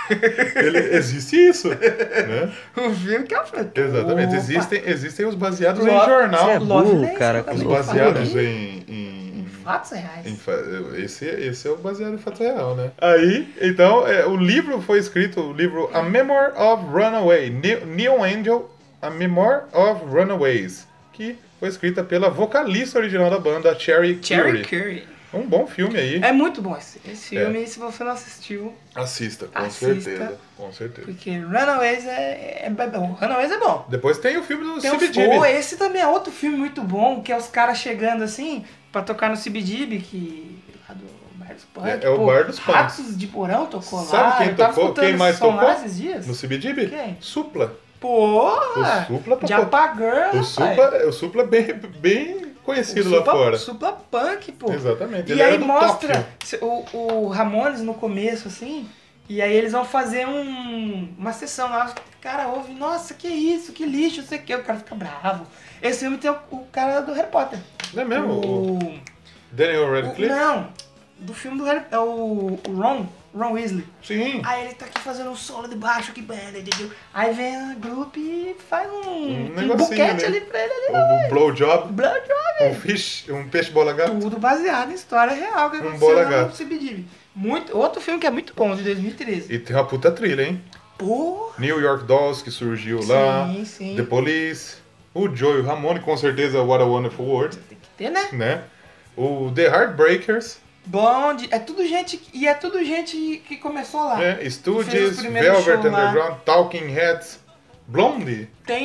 Existe isso, né? O filme que é o filme. Exatamente. Existem os baseados em jornal. Você é burro, cara. Os baseados em fatos reais. Esse é o baseado em fato real, né? Aí, então, o livro foi escrito, o livro A Memoir of Runaway, Neon Angel, A Memoir of Runaways, que foi escrita pela vocalista original da banda, Cherie Currie. Um bom filme aí. É muito bom esse filme, se você não assistiu... Assista, certeza. Com certeza. Porque Runaways é bom. Runaways é bom. Depois tem o filme do CBGB. Esse também é outro filme muito bom, que é os caras chegando assim, pra tocar no CBGB, que... lá do Bar dos Punk. O Bar dos Punk. Ratos de Porão tocou lá. Sabe quem tocou? Quem mais tocou? Lá esses dias? No CBGB? Quem? Supla. Porra! O Supla tocou. Japa Girl, o Supla é bem conhecido lá fora. Supla Punk, pô. Exatamente. E aí mostra o Ramones no começo, assim, e aí eles vão fazer uma sessão lá, o cara ouve, nossa, que isso, que lixo, não sei o que, o cara fica bravo. Esse filme tem o cara do Harry Potter. Não é mesmo? O Daniel Radcliffe? Não, do filme do Harry, é o Ron Weasley. Sim. Aí ele tá aqui fazendo um solo de baixo, que banda, entendeu? Aí vem a grupo e faz um boquete ali pra ele ali. Um blowjob. Blowjob. Um peixe bola gato. Tudo baseado em história real que aconteceu lá no CBGB. Outro filme que é muito bom, de 2013. E tem uma puta trilha, hein? Porra. New York Dolls, que surgiu lá. Sim. The Police. O Joey Ramone, com certeza, What a Wonderful World. Tem que ter, né? O The Heartbreakers. Blonde, é tudo gente que começou lá. Stooges, Velvet Underground, Talking Heads, Blondie. Tem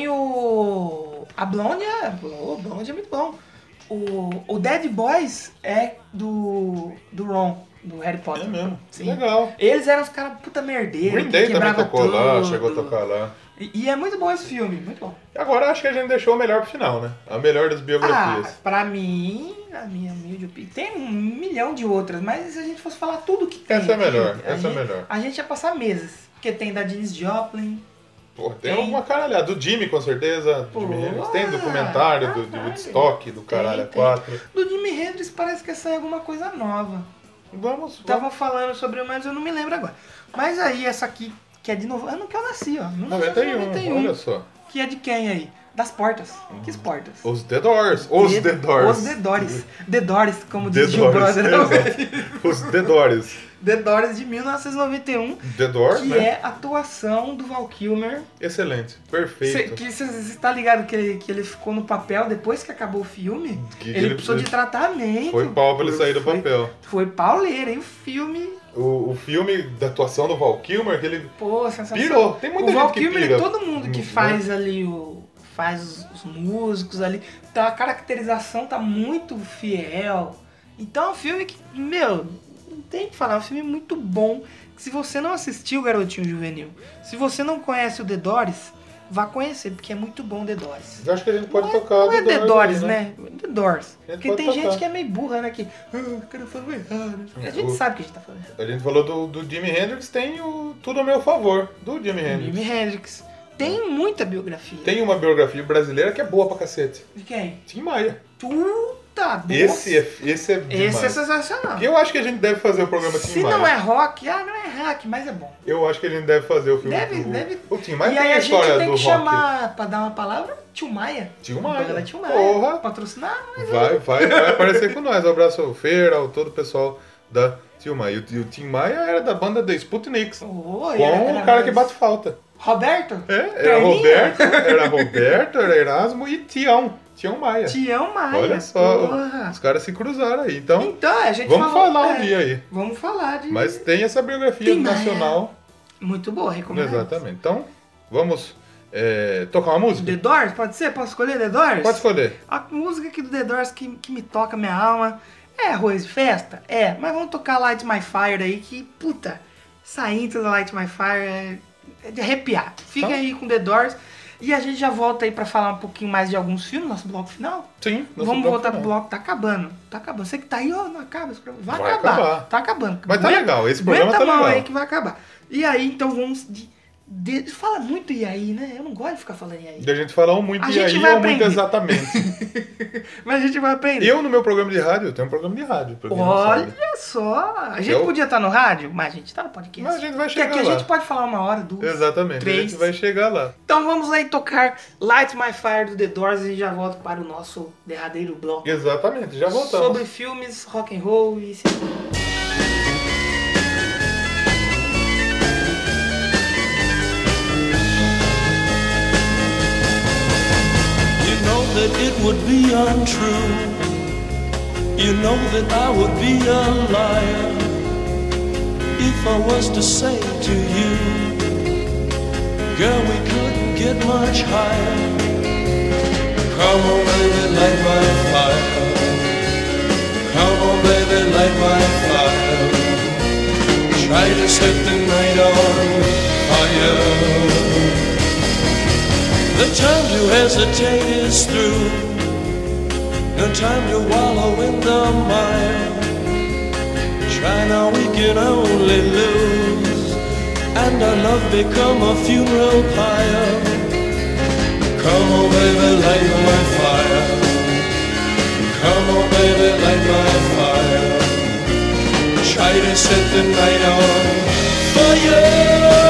a Blonde é muito bom. O Dead Boys é do Ron, do Harry Potter. É mesmo, sim. Legal. Eles eram os caras puta merdeiros. Green Day também tocou tudo lá, chegou a tocar lá. E é muito bom esse filme, muito bom. Agora acho que a gente deixou o melhor pro final, né? A melhor das biografias. Pra mim, a minha humilde opinião, tem 1 milhão de outras, mas se a gente fosse falar tudo que tem... Essa é melhor, essa é melhor. A gente ia passar meses, porque tem da Janis Joplin... Pô, tem uma caralhada. Do Jimmy, com certeza. Do Jimi Hendrix. Tem documentário do Woodstock, do Caralho 4. Do Jimi Hendrix parece que ia sair alguma coisa nova. Estavam falando sobre, mas eu não me lembro agora. Mas aí, essa aqui, que é de novo, ano que eu nasci, ó. 91, olha só. Que é de quem aí? Das Portas. Que portas? Os The Doors. Os The Doors. Os The Doors. The Doors, como diz o brother. Os The Doors. The Doors de 1991. The Doors, que né? é a atuação do Val Kilmer. Excelente, perfeito. Você tá ligado que ele ficou no papel depois que acabou o filme? Ele precisou de tratamento. Foi pau pra ele sair do papel. Foi pauleira, e o filme... O filme da atuação do Val Kilmer, que ele pirou. Tem muita gente que pira. O Val Kilmer, todo mundo que faz ali faz os músicos ali, então a caracterização tá muito fiel. Então é um filme que, não tem o que falar, é um filme muito bom. Se você não assistiu Garotinho Juvenil, se você não conhece o The Doors, vá conhecer, porque é muito bom The Doors. Eu acho que a gente pode tocar não The é The Doors, né? The Doors. Porque tem tocar. gente que é meio burra, né? Que, cara, falou errado. A gente sabe que a gente tá falando errado. A gente falou do Jimi Hendrix, tem o Tudo a Meu Favor, do Jimi Hendrix. Jimi Hendrix. Tem muita biografia. Tem uma biografia brasileira que é boa pra cacete. De quem? Tim Maia. Puta, esse é demais. Esse é sensacional. Eu acho que a gente deve fazer o programa Tim Maia. Se não é rock, não é rock, mas é bom. Eu acho que a gente deve fazer o filme. Deve. O Tim Maia e tem aí a história do rock. A gente tem que chamar, pra dar uma palavra, Tio Maia. Tio Maia. Tio Maia. Porra. Patrocinar. Vai aparecer com nós. Um abraço ao Feira, ao todo o pessoal da Tio Maia. E o Tim Maia era da banda The Sputniks. Com o cara que bate falta. Roberto? Era Roberto, era Erasmo e Tião Maia. Tião Maia. Olha só, os caras se cruzaram aí. Então a gente vamos falar um dia aí. Vamos falar de... Mas tem essa biografia nacional. Muito boa, recomendo. Exatamente. Então, vamos tocar uma música? The Doors, pode ser? Posso escolher The Doors? Pode escolher. A música aqui do The Doors que me toca minha alma é Arroz de Festa? Mas vamos tocar Light My Fire aí, que, puta, saindo da Light My Fire é de arrepiar. Fica aí com The Doors. E a gente já volta aí pra falar um pouquinho mais de alguns filmes, nosso bloco final. Sim. Vamos voltar pro bloco, tá acabando. Você que tá aí, não acaba esse programa. Vai acabar. Tá acabando. Mas tá legal, esse programa tá legal. Aguenta a mão aí que vai acabar. E aí, então vamos... Fala muito e aí, né? Eu não gosto de ficar falando e aí. A gente fala muito e aí ou muito exatamente. Mas a gente vai aprender. Eu, no meu programa de rádio, eu tenho um programa de rádio. Olha só. A gente podia estar no rádio, mas a gente tá no podcast. Mas a gente vai chegar lá. Aqui a gente pode falar 1 hora, 2, exatamente, 3. A gente vai chegar lá. Então vamos lá e tocar Light My Fire do The Doors e já volto para o nosso derradeiro bloco. Exatamente, já voltamos. Sobre filmes, rock and roll e cinema. That it would be untrue. You know that I would be a liar if I was to say to you, girl, we couldn't get much higher. Come on, baby, light my fire. Come on, baby, light my fire. Try to set the night on fire. The time to hesitate is through. No time to wallow in the mire. Try now, we can only lose, and our love become a funeral pyre. Come on, baby, light my fire. Come on, baby, light my fire. Try to set the night on fire.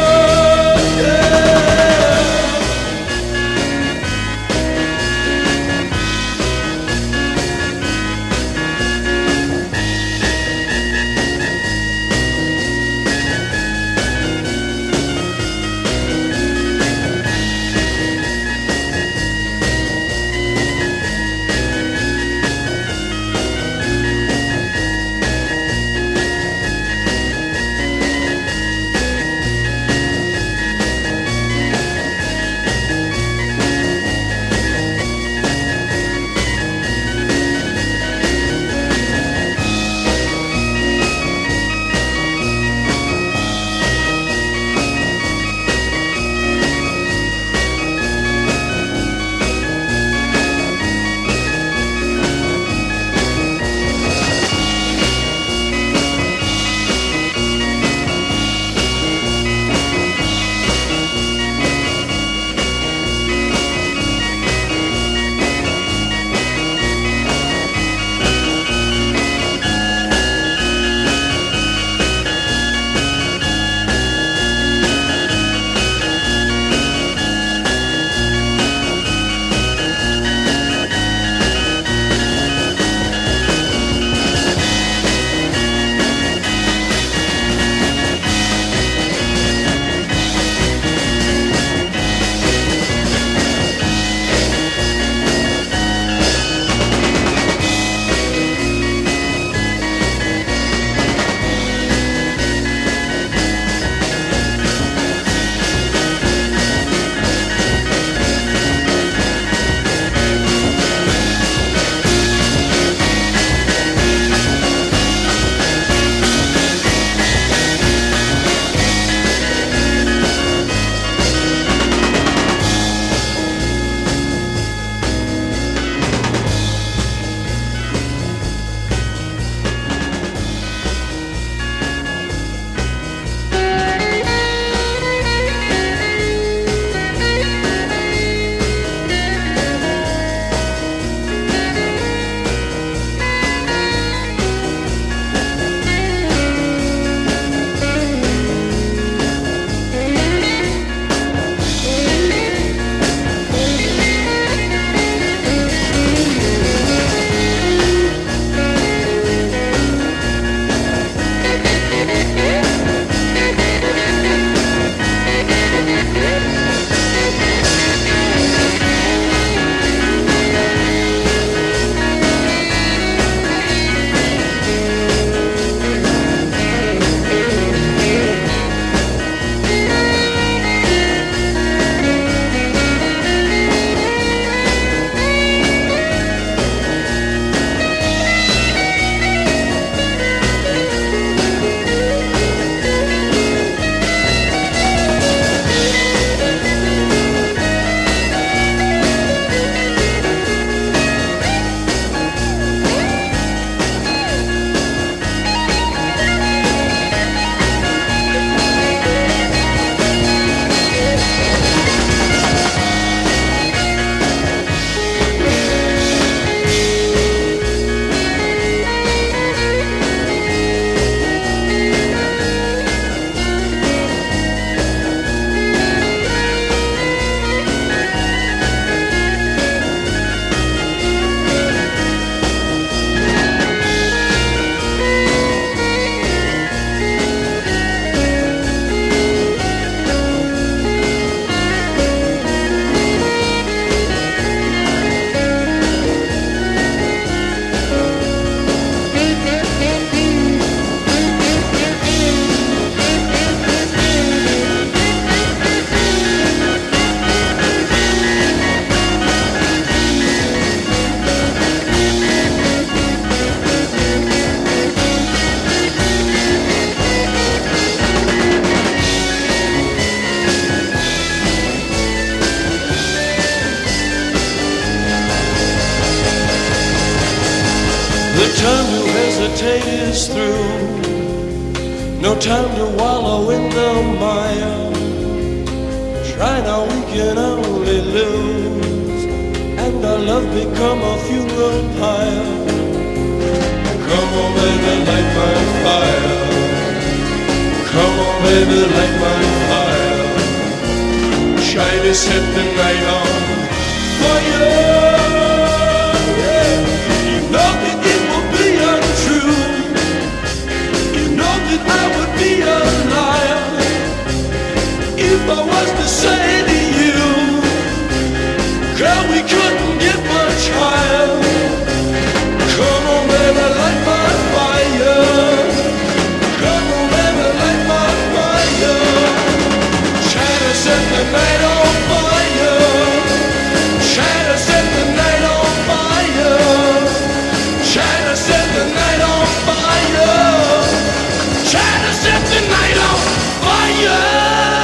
is through. No time to wallow in the mire. Try now, we can only lose, and our love become a funeral pyre. Come on, baby, light my fire. Come on, baby, light my fire. Try to set the night on fire. Yeah. You know that it will be untrue. You know that I would be a liar if I was to say to you, girl, we couldn't get much higher. Come on, baby, light my fire. Come on, baby, light my fire. Try to set the night on fire. Try to set the night on fire. Try to set the night on fire. Try to set the night on fire.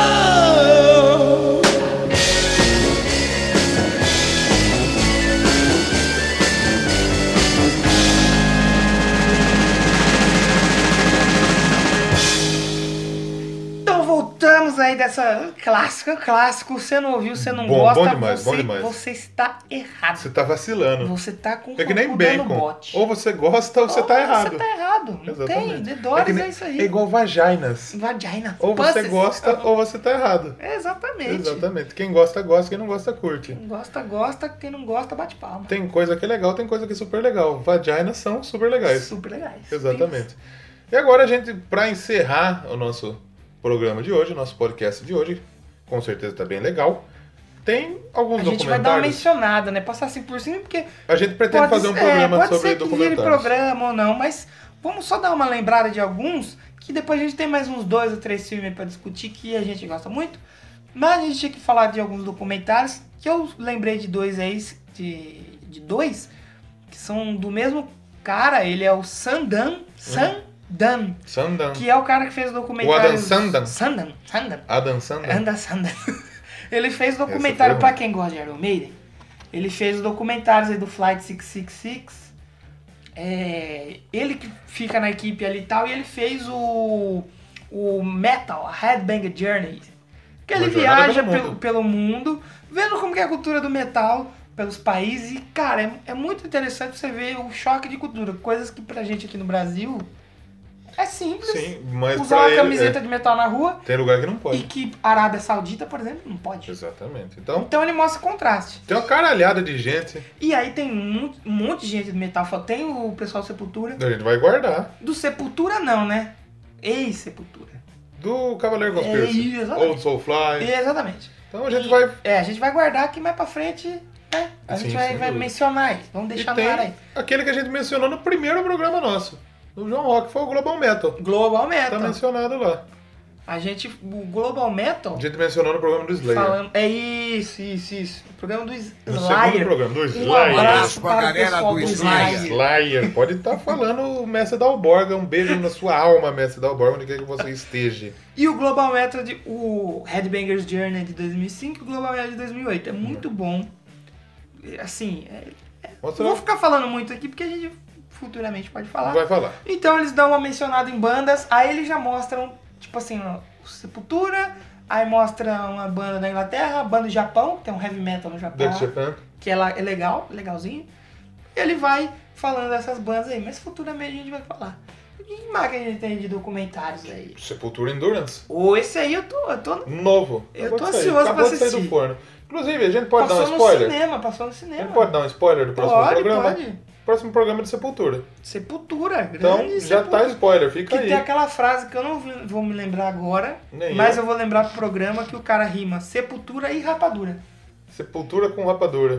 Aí dessa clássico, você não ouviu, você não bom, gosta, bom demais. Você está errado. Você tá vacilando. Você tá com é que nem bacon. Ou você gosta ou você tá errado. Você tá errado. Não exatamente. tem. The Doors é isso aí. É igual vaginas. Ou você gosta ou você tá errado. Exatamente. Quem gosta, gosta. Quem não gosta, curte. Quem gosta, gosta. Quem não gosta, bate palma. Tem coisa que é legal, tem coisa que é super legal. Vaginas são super legais. Super legais. Exatamente. E agora a gente, pra encerrar o nosso programa de hoje, nosso podcast de hoje, com certeza tá bem legal. Tem alguns documentários. A gente vai dar uma mencionada, né? Passar assim por cima, porque... A gente pretende fazer um programa sobre documentários. Pode ser que vire programa ou não, mas vamos só dar uma lembrada de alguns, que depois a gente tem mais uns 2 ou 3 filmes pra discutir, que a gente gosta muito. Mas a gente tinha que falar de alguns documentários, que eu lembrei de 2 aí, de 2, que são do mesmo cara, ele é o Sandan, que é o cara que fez o documentário... O Adam Sandan. Adam Sandan. Ele fez o documentário, pra quem gosta de Iron Maiden, ele fez os documentários aí do Flight 666. Ele que fica na equipe ali e tal, e ele fez o Metal, a Headbanger Journey. Que ele viaja pelo mundo, vendo como que é a cultura do metal pelos países. E, cara, é muito interessante você ver o choque de cultura. Coisas que pra gente aqui no Brasil... É simples. Sim, mas usar uma camiseta de metal na rua. Tem lugar que não pode. E que a Arábia Saudita, por exemplo, não pode. Exatamente. Então ele mostra contraste. Tem uma caralhada de gente. E aí tem um monte de gente do metal. Tem o pessoal do Sepultura. A gente vai guardar. Do Sepultura não, né? Ex-Sepultura. Do Cavaleiro Conspiracy. Old Soulfly. Exatamente. Então a gente vai... a gente vai guardar aqui mais pra frente, né? A gente vai mencionar aí. Vamos deixar no ar aí. Aquele que a gente mencionou no primeiro programa nosso. Do João Rock, foi o Global Metal. Global Metal. Tá mencionado lá. O Global Metal... A gente mencionou no programa do Slayer. Isso. O programa do Slayer. No segundo programa, do Slayer. Um abraço para a galera do Slayer. Slayer. Pode estar falando o Mestre Dalborga. Um beijo na sua alma, Mestre Dalborga, onde quer que você esteja. E o Global Metal, o Headbangers Journey de 2005 e o Global Metal de 2008. É muito bom. Assim, vou ficar falando muito aqui, porque a gente... futuramente pode falar. Vai falar. Então eles dão uma mencionada em bandas, aí eles já mostram, tipo assim, o Sepultura, aí mostra uma banda da Inglaterra, a banda do Japão, que tem um heavy metal no Japão, que é legalzinho. E ele vai falando dessas bandas aí, mas futuramente a gente vai falar. O que mais que a gente tem de documentários aí? Sepultura Endurance. Esse aí eu tô novo. Eu tô ansioso pra assistir. Sair do forno. Inclusive, a gente pode dar um spoiler? Passou no cinema. A gente pode dar um spoiler do próximo programa? Pode. Próximo programa de Sepultura. Grande então, já Sepultura. tá spoiler, fica que aí. Tem aquela frase que eu não vou me lembrar agora, mas eu vou lembrar pro programa que o cara rima Sepultura e rapadura. Sepultura com rapadura.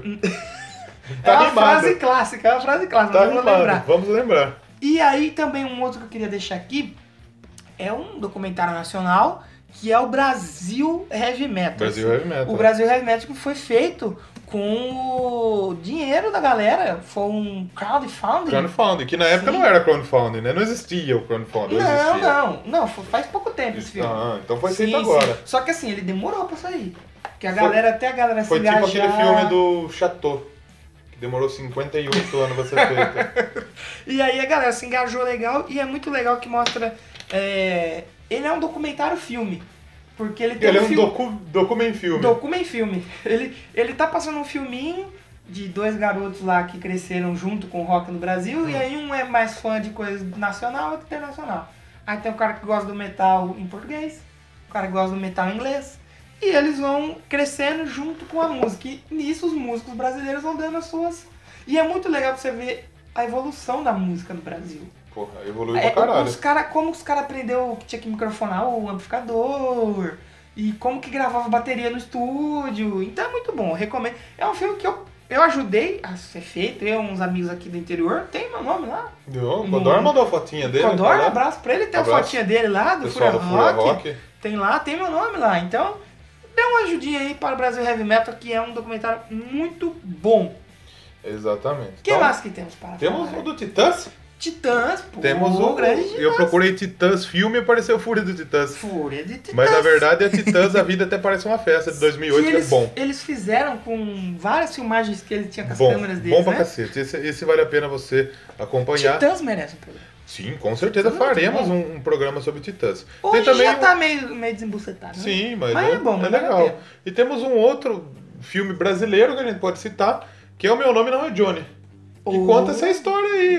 É uma frase clássica, vamos lembrar. E aí também um outro que eu queria deixar aqui é um documentário nacional, que é o Brasil Heavy Metal. O Brasil Heavy Metal que foi feito com o dinheiro da galera. Foi um crowdfunding. Que na época não era crowdfunding, né? Não existia o crowdfunding. Não, faz pouco tempo esse filme. Então foi feito agora. Sim. Só que assim, ele demorou pra sair. Porque até a galera se engajar... Foi tipo aquele filme do Chateau. que demorou 58 anos pra ser feita. E aí a galera se engajou legal e é muito legal que mostra... ele é um documentário-filme. Porque ele tem documento-filme. Documento-filme. Ele tá passando um filminho de 2 garotos lá que cresceram junto com o rock no Brasil, e aí um é mais fã de coisa nacional e outro internacional. Aí tem o cara que gosta do metal em português, o cara que gosta do metal em inglês, e eles vão crescendo junto com a música. E nisso os músicos brasileiros vão dando as suas... E é muito legal você ver a evolução da música no Brasil. Porra, evoluiu pra caralho. Como os caras aprenderam que tinha que microfonar o amplificador, e como que gravava bateria no estúdio. Então é muito bom, eu recomendo. É um filme que eu ajudei a ser feito, eu e uns amigos aqui do interior. Tem meu nome lá. O Codor mandou a fotinha dele. Codor, um abraço pra ele. Tem a fotinha dele lá, do Fúria Rock. Tem lá, tem meu nome lá. Então, dê uma ajudinha aí para o Brasil Heavy Metal, que é um documentário muito bom. Exatamente. O que mais que temos para Temos falar? O do Titãs. Titãs, pô. Temos o grande Titãs. Eu procurei Titãs filme e apareceu Fúria do Titãs. Fúria de Titãs. Mas na verdade é Titãs, a vida até parece uma festa de 2008, que é bom. Eles fizeram com várias filmagens que ele tinha com as câmeras deles, bom pra né? cacete. Esse vale a pena você acompanhar. Titãs merece um programa. Sim, com certeza faremos um programa sobre Titãs. Hoje tem também já tá meio desembucetado, né? Sim, mas é bom, é legal. E temos um outro filme brasileiro que a gente pode citar, que é O Meu Nome Não é Johnny. E conta essa história aí.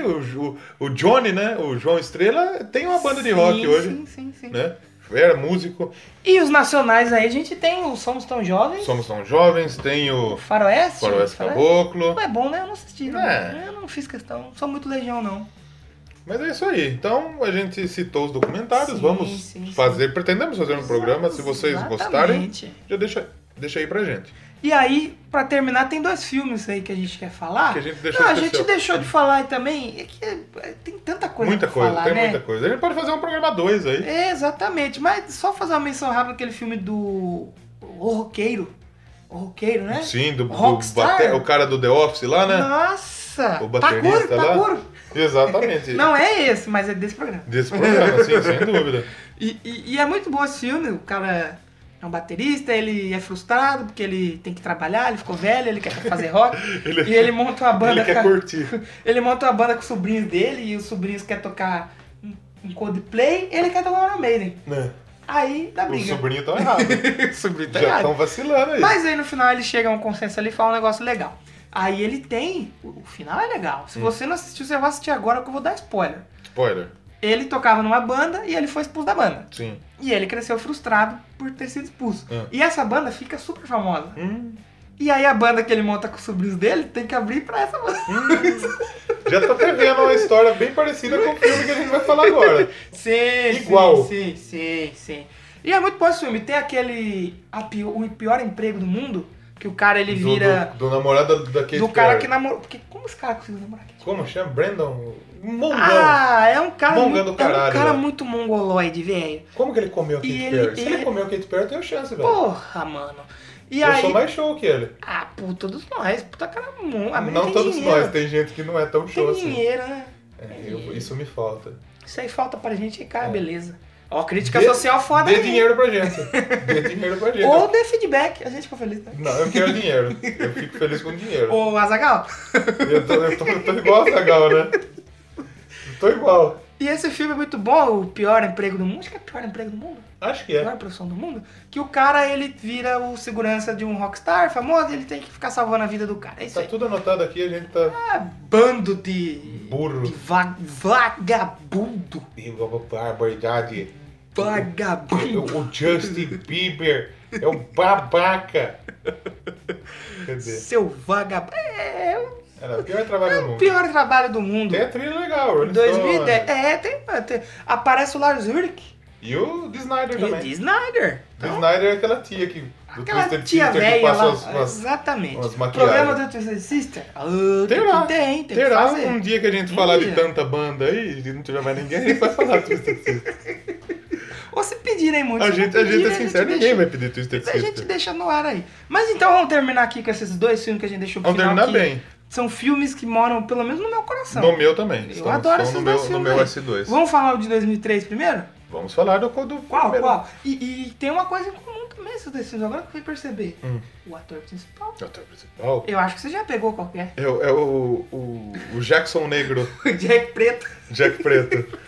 O Johnny, né? O João Estrela tem uma banda de rock hoje. Sim. Né? Era músico. E os nacionais aí, a gente tem o Somos Tão Jovens. Somos Tão Jovens, tem o Faroeste Caboclo. Não é bom, né? Eu não assisti. Eu não fiz questão. Não sou muito Legião, não. Mas é isso aí. Então, a gente citou os documentários. Vamos fazer. Pretendemos fazer um programa. Se vocês gostarem, já deixa aí pra gente. E aí, pra terminar, tem 2 filmes aí que a gente quer falar. Que a gente deixou a gente deixou de falar aí também. É que tem tanta coisa pra falar, tem né? muita coisa. A gente pode fazer um programa 2 aí. Exatamente. Mas só fazer uma menção rápida naquele filme do O Roqueiro. O Roqueiro, né? Sim, o cara do The Office lá, né? Nossa! O baterista lá. Taguro. Exatamente. Não é esse, mas é desse programa. Desse programa, sim, sem dúvida. E é muito bom esse filme. O cara é um baterista, ele é frustrado porque ele tem que trabalhar, ele ficou velho, ele quer fazer rock. E ele monta uma banda. Ele quer curtir. Ele monta uma banda com os sobrinhos dele e os sobrinhos querem tocar um Coldplay, ele quer tocar um Iron Maiden. Aí dá briga. Os sobrinhos estão errados. Já estão vacilando aí. Mas aí no final ele chega a um consenso ali e fala um negócio legal. Aí ele tem... O final é legal. Se você não assistiu, você vai assistir agora que eu vou dar spoiler. Spoiler. Ele tocava numa banda e ele foi expulso da banda. Sim. E ele cresceu frustrado por ter sido expulso. E essa banda fica super famosa. E aí a banda que ele monta com os sobrinhos dele tem que abrir pra essa banda. Já tô até vendo uma história bem parecida com o filme que a gente vai falar agora. Sim. E é muito bom esse filme. Tem aquele... O pior emprego do mundo, que o cara ele vira... Do namorado da Katy Perry. Do cara que namorou... Porque como esse cara conseguiu namorar Katy Perry? Como chama? Brandon... Mongol. É um cara caralho, muito mongoloide, velho. Como que ele comeu a Katy Perry? Se ele comeu a Katy Perry, eu tenho chance, velho. Porra, mano. Eu sou mais show que ele. Por todos nós. Puta cara... Não todos nós, tem gente que não é tão show assim. Tem dinheiro, né? Isso me falta. Isso aí falta pra gente, cara, beleza. Ó, crítica social foda. Dê dinheiro pra gente. Dê dinheiro pra gente. Ou dê feedback, a gente fica feliz, né? Não, eu quero dinheiro. Eu fico feliz com dinheiro. Ô, Azaghal. Eu tô igual o Azaghal, né? Tô igual. E esse filme é muito bom, o pior emprego do mundo. Acho que é o pior emprego do mundo. Acho que é. A pior profissão do mundo. Que o cara, ele vira o segurança de um rockstar famoso e ele tem que ficar salvando a vida do cara. É isso aí. Tudo anotado aqui, a gente tá... Bando de... Burro. De vagabundo. Barbaridade. Vagabundo. O Justin Bieber é um babaca. Cadê? Seu vagabundo. Era o pior trabalho do mundo. O pior trabalho do mundo. Tem a trilha legal, 2010. Tem. Aparece o Lars Ulrich. E o Dee Snider também. E o Dee Snider. Dee Snider é aquela tia que... Aquela tia velha que passa lá. Exatamente. Umas maquiagens. Programa do Twisted Sister? Tem terá que fazer. Um dia que a gente falar de tanta banda aí, e não tiver mais ninguém, a gente vai falar do Twisted Sister. Ou se pedirem muito. A gente é sincero, ninguém vai pedir Twisted Sister. A gente deixa no ar aí. Mas então vamos terminar aqui com esses 2 filmes que a gente deixou pro final. Vamos terminar bem. São filmes que moram, pelo menos, no meu coração. No meu também. Eu adoro esses 2 filmes. No meu S2. Vamos falar o de 2003 primeiro? Vamos falar do Qual? E tem uma coisa em comum também sou desses, agora que eu fui perceber. O ator principal. O ator principal? Eu acho que você já pegou qualquer. É o Jackson Negro. O Jack Preto. Jack Preto.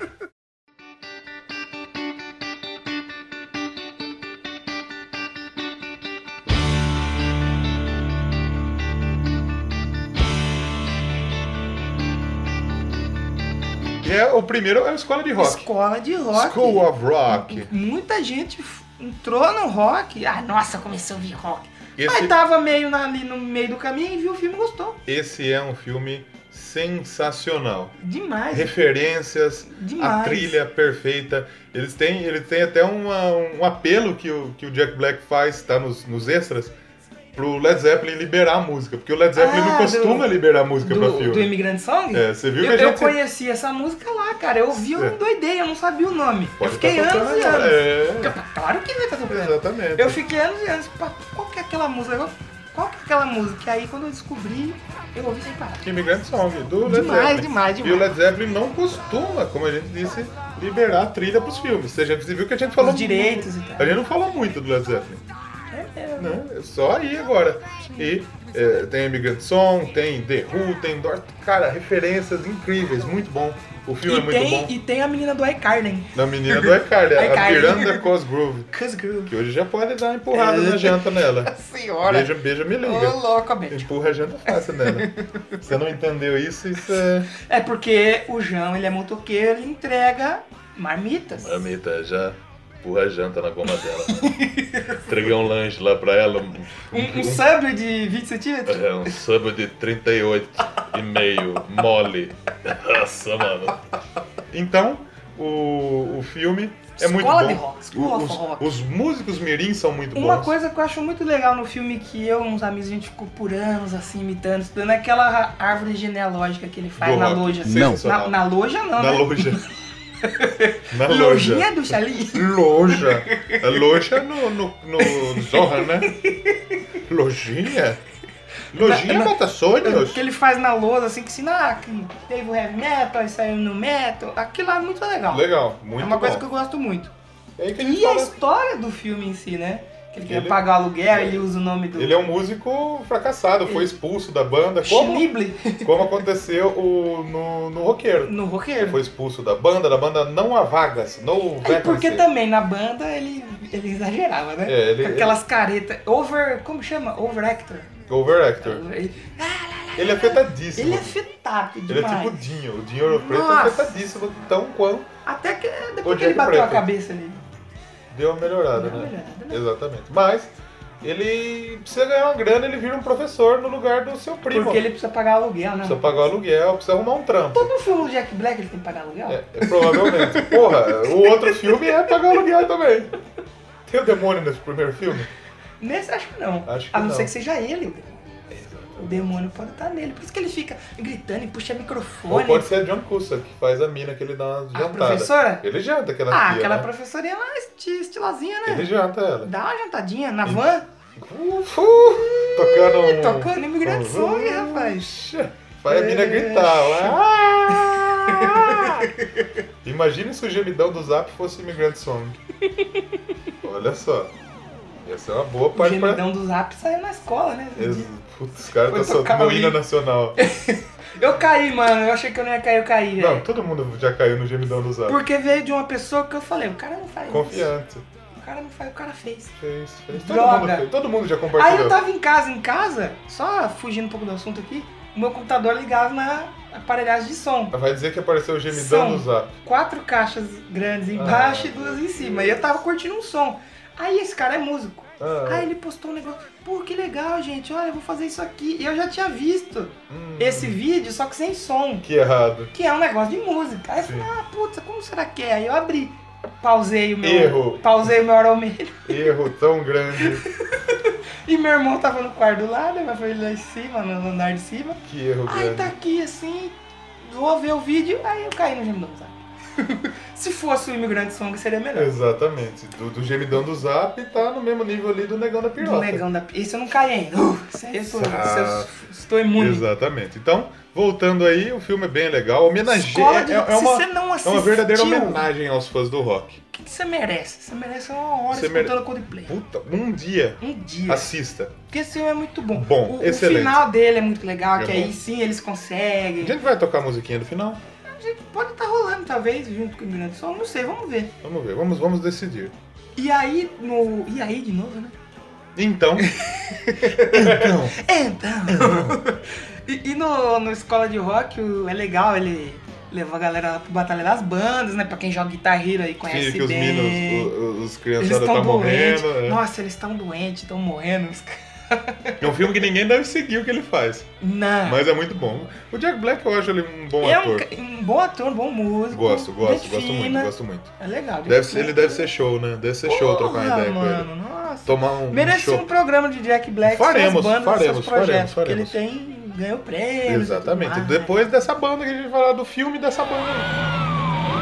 O primeiro é a Escola de Rock. Escola de Rock. School of Rock. Muita gente entrou no rock. Ah, nossa, começou a ouvir rock. Mas tava meio ali no meio do caminho e viu o filme e gostou. Esse é um filme sensacional. Demais. Referências, demais. A trilha perfeita. Ele tem até um apelo que o Jack Black faz, tá nos extras, pro Led Zeppelin liberar a música, porque o Led Zeppelin não costuma liberar música pra filme. Do Immigrant Song? Você viu que eu conheci essa música lá, cara. Eu vi, eu endoidei, eu não sabia o nome. Pode eu fiquei anos e anos. Claro que vai estar tocando. Exatamente. Eu fiquei anos e anos. Qual que é aquela música? Qual que é aquela música? E aí quando eu descobri, eu ouvi sem parar. Immigrant Song, do Led Zeppelin. Demais. E o Led Zeppelin não costuma, como a gente disse, liberar a trilha pros filmes. Você viu que a gente falou... Os direitos e tal. A gente não falou muito do Led Zeppelin. Não, só aí agora. E tem Immigrant Song, tem The Who, tem cara, referências incríveis, muito bom. O filme é muito bom. E tem a menina do iCarly. A menina do iCarly, a Miranda Cosgrove. Que hoje já pode dar uma empurrada na janta nela. Senhora. Beija, me liga. Ô, louco, bicho. Empurra a janta fácil nela. Você não entendeu isso é... É porque o João, ele é motoqueiro, ele entrega marmitas. Marmita, já... Empurra a janta na goma dela. Entreguei um lanche lá pra ela. Um sub de 20 centímetros? Um sub de 38,5 mole. Nossa, mano. Então, o filme é muito bom. Escola de rock. Os músicos mirins são muito bons. Uma coisa que eu acho muito legal no filme, que eu e uns amigos, a gente ficou por anos assim, imitando, estudando, é aquela árvore genealógica que ele faz na loja. Não. Na loja não, Na né? loja. Na Lojinha do Chalim? Loja. A loja no Zorra, né? Lojinha? Lojinha mata sonhos? Que ele faz na lousa, assim, que ensina que teve o heavy metal, aí saiu no metal. Aquilo lá é muito legal. Legal, muito bom. É uma coisa que eu gosto muito. E a história do filme em si, né? Que ele quer pagar o aluguel, ele usa o nome do... Ele é um músico fracassado, foi expulso da banda. Como aconteceu no Roqueiro. No Roqueiro. Foi expulso da banda não há vagas, no vacancy. Porque também na banda ele exagerava, né? Aquelas caretas, como chama? Overactor. Ele é afetadíssimo. Ele é afetado demais. Ele é tipo o Dinho. O Dinho Ouro Preto é afetadíssimo, tão quanto... Até que depois que ele bateu a cabeça ali. Deu uma melhorada, né? Exatamente. Mas ele precisa ganhar uma grana, ele vira um professor no lugar do seu primo. Porque ele precisa pagar aluguel, né? Precisa pagar aluguel, precisa arrumar um trampo. Todo filme do Jack Black ele tem que pagar aluguel? Provavelmente. Porra, o outro filme é pagar aluguel também. Tem o demônio nesse primeiro filme? Nesse acho que não. A não ser que seja ele. O demônio pode estar nele. Por isso que ele fica gritando e puxa microfone. Ou pode ser a John Cusack, que faz a mina que ele dá uma jantada. A professora? Ele janta aquela tia, aquela né? professorinha lá, estilosinha, né? Ele janta ela. Dá uma jantadinha na van. Tocando Immigrant Song, rapaz. Faz a mina gritar. Imagina se o gemidão do Zap fosse Immigrant Song. Olha só. Essa é uma boa parte. O gemidão do Zap saiu na escola, né? Putz, os caras estão soltando no hino nacional. Eu caí, mano. Eu achei que eu não ia cair, eu caí, velho. Não, todo mundo já caiu no gemidão do Zap. Porque veio de uma pessoa que eu falei, o cara não faz Confiante. isso. O cara não faz, o cara fez. Fez. Droga. Todo mundo já compartilhou. Aí eu tava em casa, só fugindo um pouco do assunto aqui, o meu computador ligava na aparelhagem de som. Vai dizer que apareceu o gemidão do Zap. 4 caixas grandes embaixo e 2 em cima. E eu tava curtindo um som. Aí esse cara é músico. Aí ele postou um negócio, pô, que legal, gente, olha, eu vou fazer isso aqui. E eu já tinha visto esse vídeo, só que sem som. Que errado. Que é um negócio de música. Aí eu falei, putz, como será que é? Aí eu abri, pausei o meu Auromênio. Erro tão grande. E meu irmão tava no quarto do lado, minha família lá em cima, no andar de cima. Que erro grande. Aí tá aqui assim, vou ver o vídeo, aí eu caí no gemidão, sabe? Se fosse o Immigrant Song seria melhor. Exatamente. Do gemidão do Zap tá no mesmo nível ali do Negão da Pirota. Do Negão da Pirota. Isso eu não caí ainda. Isso aí eu estou imune. Exatamente. Então, voltando aí, o filme é bem legal. Homenageia. É uma verdadeira homenagem aos fãs do rock. que você merece? Você merece uma hora escutando Coldplay. Puta, um dia. Assista. Porque esse filme é muito bom. Bom, excelente. O final dele é muito legal, É que bom. aí sim eles conseguem. A gente vai tocar a musiquinha do final? A gente pode estar rolando, talvez, junto com o Grande Sol, não sei, vamos ver. Vamos ver, vamos decidir. E aí, E aí de novo, né? Então. E no Escola de Rock é legal, ele levou a galera lá pro Batalha das Bandas, né? Pra quem joga Guitar Hero aí conhece que os bem. meninos, os criançadas Eles estão estão doentes. morrendo. É. Nossa, eles estão doentes, estão morrendo. É um filme que ninguém deve seguir o que ele faz. Não. Mas é muito bom. O Jack Black, eu acho ele um bom ator. Um bom ator, um bom músico. Gosto muito. É legal. Ele deve ser show, né? Deve ser show trocar uma ideia com ele. Nossa. Tomar um Merece show. um programa de Jack Black. Faremos. Projetos, porque ele ganhou prêmio. Exatamente. Depois dessa banda que a gente vai falar do filme dessa banda.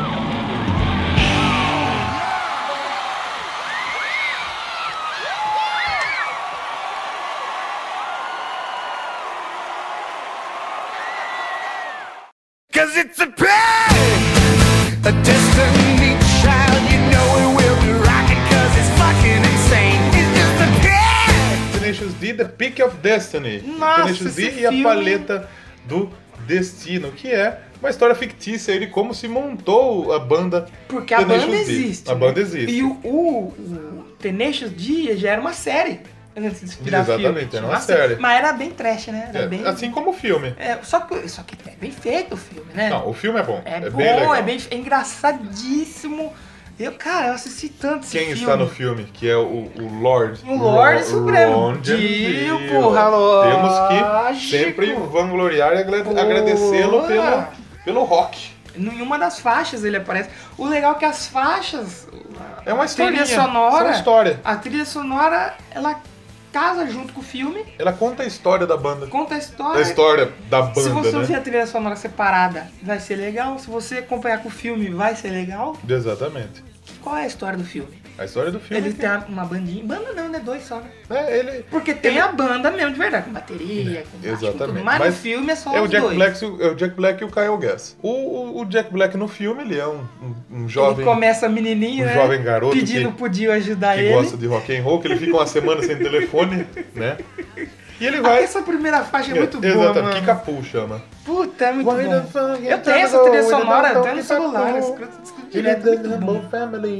Cause it's a pain, a destiny child, you know it will be rocking cause it's fucking insane. It's just a pain. Tenacious D, The Pick of Destiny. Nossa, Tenacious D esse e a filme. paleta do destino, que é uma história fictícia de como se montou a banda. Porque a Tenacious banda D. existe. A banda existe. E o Tenacious D já era uma série. Antes de virar Exatamente, filme. era uma série. Mas era bem trash, né? Era bem... Assim como o filme. Só que é bem feito o filme, né? Não, o filme é bom. É bom, bem legal. é engraçadíssimo. Eu assisti tanto esse Quem filme. está no filme? Que é o Lorde. O Lorde Supremo. Ron Dio, Dio. porra, Temos que sempre vangloriar e agradecê-lo pelo rock. Em uma das faixas ele aparece. O legal é que as faixas... É uma trilha historinha. sonora. É uma história. A trilha sonora, ela casa junto com o filme. Ela conta a história da banda. Conta a história. A história da banda, Se você né? ouvir a trilha sonora separada, vai ser legal. Se você acompanhar com o filme, vai ser legal. Exatamente. Qual é a história do filme? A história do filme. Ele tem uma bandinha. Banda não, né? 2 só, né? Porque tem a banda mesmo, de verdade, com bateria, com baixo, exatamente. tudo. Mas no filme é só é os o Jack dois. Black, é o Jack Black e o Kyle Gass. O Jack Black no filme, ele é um jovem... Ele começa menininho, né? Jovem garoto pedindo pro Dio ajudar que ele. gosta de rock and roll, que ele fica uma semana sem telefone, né? E ele vai... Essa primeira faixa é muito boa, exatamente, mano. Kickapoo chama. Puta, é muito bom. Eu tenho essa trilha sonora, eu tenho no celular. Eu escuto direto, é muito bom.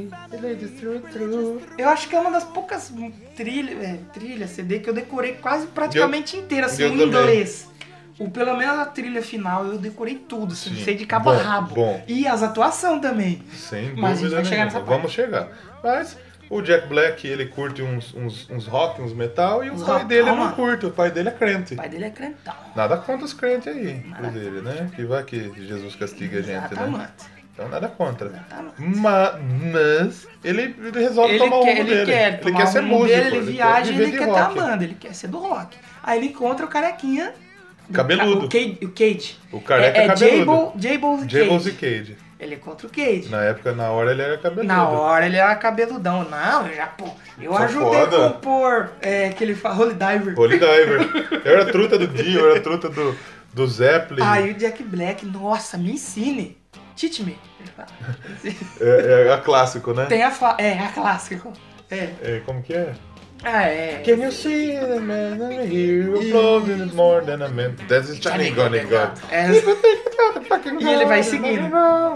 Eu acho que é uma das poucas trilhas CD que eu decorei quase praticamente inteira, assim, em inglês. Pelo menos a trilha final eu decorei tudo, assim, sei de cabo a rabo. Bom. E as atuações também. Sem Mas a gente dúvida vai chegar nenhuma. nessa parte. Vamos chegar. Mas o Jack Black, ele curte uns rock, uns metal, e o pai rockão, dele não mano. curte. O pai dele é crente. O pai dele é crentão. Nada contra os crentes aí, dele, né? Que vai que Jesus castiga a gente, né? Exatamente. Então nada contra. Exatamente. Mas ele resolve tomar o rumo dele. Ele quer ser músico. Ele viaja e viver ele de quer ter a rock. banda, ele quer ser do rock. Aí ele encontra o carequinha. Cabeludo. O Cage. O careca cabeludo. Jables e Cage. Ele encontra o Cage. Na hora ele era cabeludo. Na hora ele era cabeludão. Não, eu Sou ajudei foda. a compor que ele fala, Holy Diver. Holy Diver. Eu era truta do Dio, eu era truta do Zeppelin. Aí o Jack Black, nossa, me ensine. Teach me. É clássico, né? Tem a clássico. Como que é? Can you see the man in here uploading is more than a man? That's his Johnny Gunny God. E ele vai seguindo.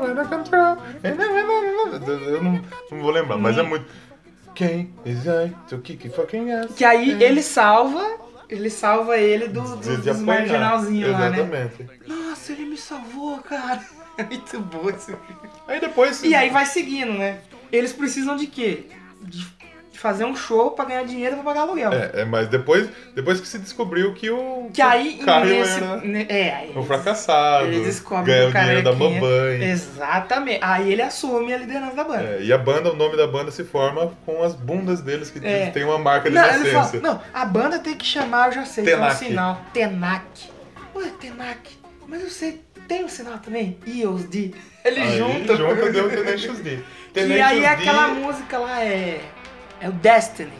Eu não vou lembrar, mas é muito... Quem is I to kick fucking ass? Que aí ele salva ele dos marginalzinhos lá, né? Exatamente. Nossa, ele me salvou, cara. É muito bom esse filme. Aí depois... E aí vai seguindo, né? Eles precisam de quê? De fazer um show pra ganhar dinheiro pra pagar aluguel. Mas depois que se descobriu que o aí Caio era um fracassado, ele descobre ganhou o dinheiro da carequinha. mamãe. Exatamente. Aí ele assume a liderança da banda. E a banda, o nome da banda se forma com as bundas deles, que tem uma marca de Ele licença. fala, a banda tem que chamar, eu já sei, tem um sinal. Tenac. Ué, Tenac. Mas você tem um sinal também? EOSD. Ele junta. Deu o Tenacious D. E aí aquela música lá é o Destiny.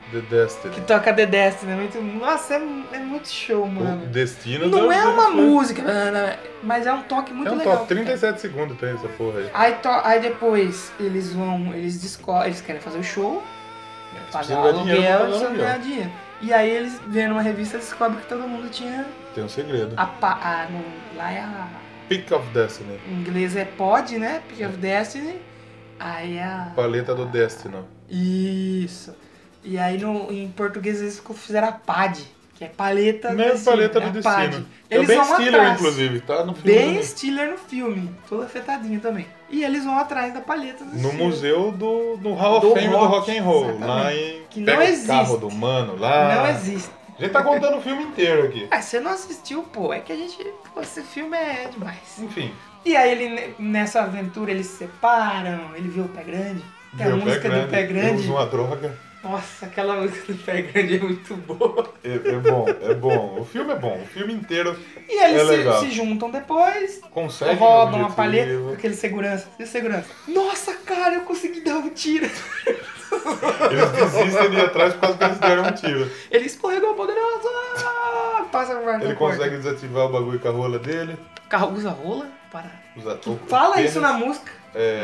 The Destiny. Que toca The Destiny. Nossa, é muito show, mano. O Destino não é uma música, mas é um toque muito legal. É um toque, 37 segundos tem essa porra aí. Aí depois eles querem fazer o show, pagar o aluguel, eles precisam ganhar dinheiro. E aí eles vendo uma revista descobrem que todo mundo tinha... Tem um segredo. Lá é a... Pick of Destiny. Em inglês é pod, né? Pick of Destiny. Aí é a... Paleta do Destiny. Isso. E aí em português eles fizeram a PAD, que é paleta do destino. Paleta do destino. É bem Stiller, inclusive, tá no filme. Bem Stiller no filme, todo afetadinho também. E eles vão atrás da paleta do No museu do Hall of Fame do Rock and Roll, lá em... Que não existe. O carro do mano lá. Não existe. A gente tá contando o filme inteiro aqui. Você não assistiu, pô. É que a gente... Esse filme é demais. Enfim. E aí nessa aventura eles se separam, ele vê o Pé Grande. Tem a música do Pé Grande. Usa uma droga. Nossa, aquela música do Pé Grande é muito boa. É bom. O filme é bom. O filme inteiro e eles se juntam depois. Conseguem roubam uma paleta. Aquele segurança. Nossa, cara, eu consegui dar um tiro. Eles desistem de ir atrás por causa que eles deram um tiro. Ele escorregou poderoso. Passa por Ele consegue desativar o bagulho com a rola dele. Usa rola? Para. Fala tênis. Isso na música.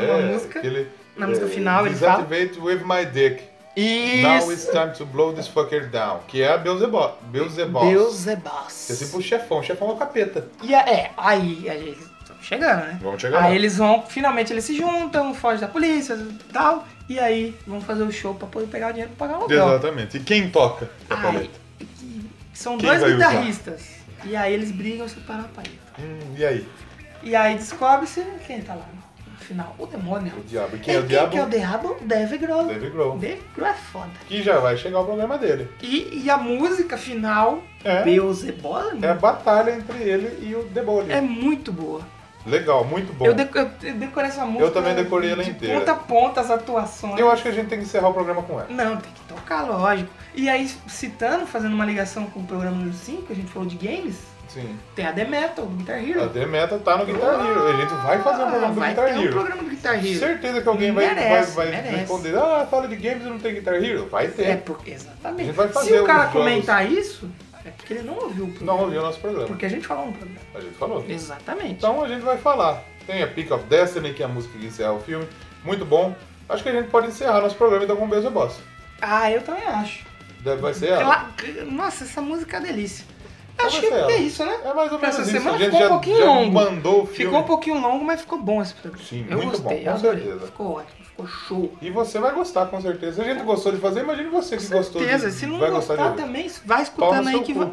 Na música final ele fala. Deactivate with my dick. Isso. Now it's time to blow this fucker down. Que é a Beelzebub. Esse pro chefão. O chefão é o capeta. E aí eles estão chegando, né? Vamos chegar Aí finalmente eles se juntam, fogem da polícia e tal. E aí vão fazer o show pra poder pegar o dinheiro pra pagar o aluguel. Exatamente. E quem toca a paleta? São dois guitarristas. E aí eles brigam separar a paleta. E aí? E aí descobre-se quem tá lá no final. O demônio. O diabo. E quem é o diabo? Quem é o diabo? Dave Grohl. Dave Grohl. Dave Grohl é foda. Que já vai chegar o programa dele. E a música final, Beelzebub, é a batalha entre ele e o Demônio. É muito boa. Legal, muito bom. Eu decorei essa música. Eu também decorei ela inteira. Ponta a ponta, as atuações. Eu acho que a gente tem que encerrar o programa com ela. Não, tem que tocar, lógico. E aí, fazendo uma ligação com o programa número 5, que a gente falou de games, sim. Tem a The Metal, do Guitar Hero. A The Metal tá no Guitar Hero. A gente vai fazer um programa do Guitar Hero. Vai ter um programa do Guitar Hero. Certeza que alguém vai responder, fala de games e não tem Guitar Hero. Vai ter. Exatamente. A gente vai fazer. Se o cara comentar isso, é porque ele não ouviu o programa. Não ouviu o nosso programa. Porque a gente falou no programa. A gente falou. Exatamente. Então a gente vai falar. Tem a Pick of Destiny, que é a música que encerra o filme. Muito bom. Acho que a gente pode encerrar nosso programa e dar com o Beelzebub. Eu também acho. Vai ser ela. Nossa, essa música é delícia. Acho que é isso, né? É mais ou menos essa isso. semana A gente ficou um pouquinho longo. Mandou o filme. Ficou um pouquinho longo, mas ficou bom esse programa. Sim, eu muito gostei, bom, com certeza. Ficou ótimo, ficou show. E você vai gostar, com certeza. Se a gente gostou de fazer, imagine você que gostou de fazer. Se não gostar também, vai escutando aí que vai.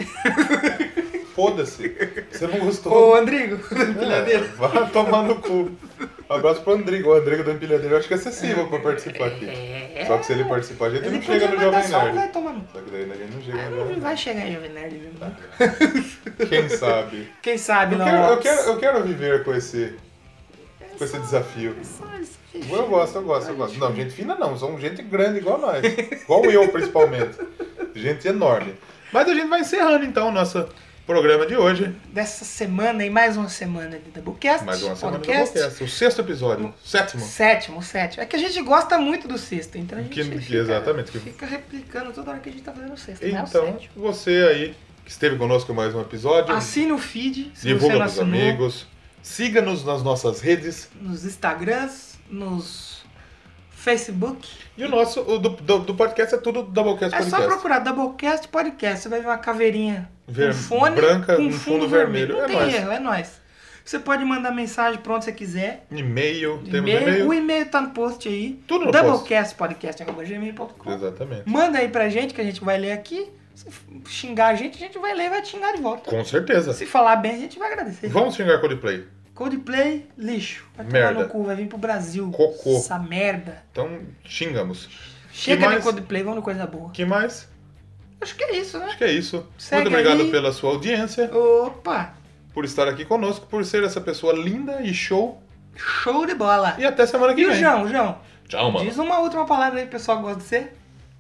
Foda-se. Você não gostou. Ô, Andrigo, do Empilhadeiro. Vai tomar no cu. Um abraço pro Andrigo. O Andrigo do Empilhadeiro eu acho que é acessível pra participar aqui. Só que se ele participar, a gente não chega no Jovem Nerd. Vai tomar no... Só que daí a gente não chega no Jovem Nerd. Vai chegar em Jovem Nerd mesmo. Quem sabe? Quem sabe, não. Eu quero viver com esse desafio. Eu gosto. Não, gente fina não, somos gente grande igual nós. Igual eu, principalmente. Gente enorme. Mas a gente vai encerrando então o nosso programa de hoje. Dessa semana e mais uma semana de Doublecast. Mais uma semana de Doublecast. O 6º episódio. Sétimo. É que a gente gosta muito do sexto, então a gente exatamente. Fica replicando toda hora que a gente tá fazendo o sexto. Então, você aí que esteve conosco em mais um episódio. Assine o feed, se divulga você não pros amigos. Siga-nos nas nossas redes. Nos Instagrams, nos Facebook. E o nosso, do podcast é tudo Doublecast Podcast. É só procurar Doublecast Podcast. Você vai ver uma caveirinha com fone branca, com um fundo vermelho. Não tem erro, é nóis. Você pode mandar mensagem pra onde você quiser. E-mail, temos e-mail. O e-mail tá no post aí. Tudo no Doublecastpodcast@gmail.com. Exatamente. Manda aí pra gente que a gente vai ler aqui. Se xingar a gente vai ler e vai te xingar de volta. Com certeza. Se falar bem, a gente vai agradecer. Vamos xingar Coldplay. Coldplay, lixo. Vai merda. tomar no cu, vai vir pro Brasil. Cocô. Essa merda. Então, xingamos. Chega de Coldplay, vamos no coisa boa. Que mais? Acho que é isso, né? Acho que é isso. Segue muito obrigado aí. pela sua audiência. Opa! Por estar aqui conosco, por ser essa pessoa linda e show. Show de bola. E até semana que vem. E o João? Tchau, mano. Diz uma última palavra aí, pessoal gosta de você.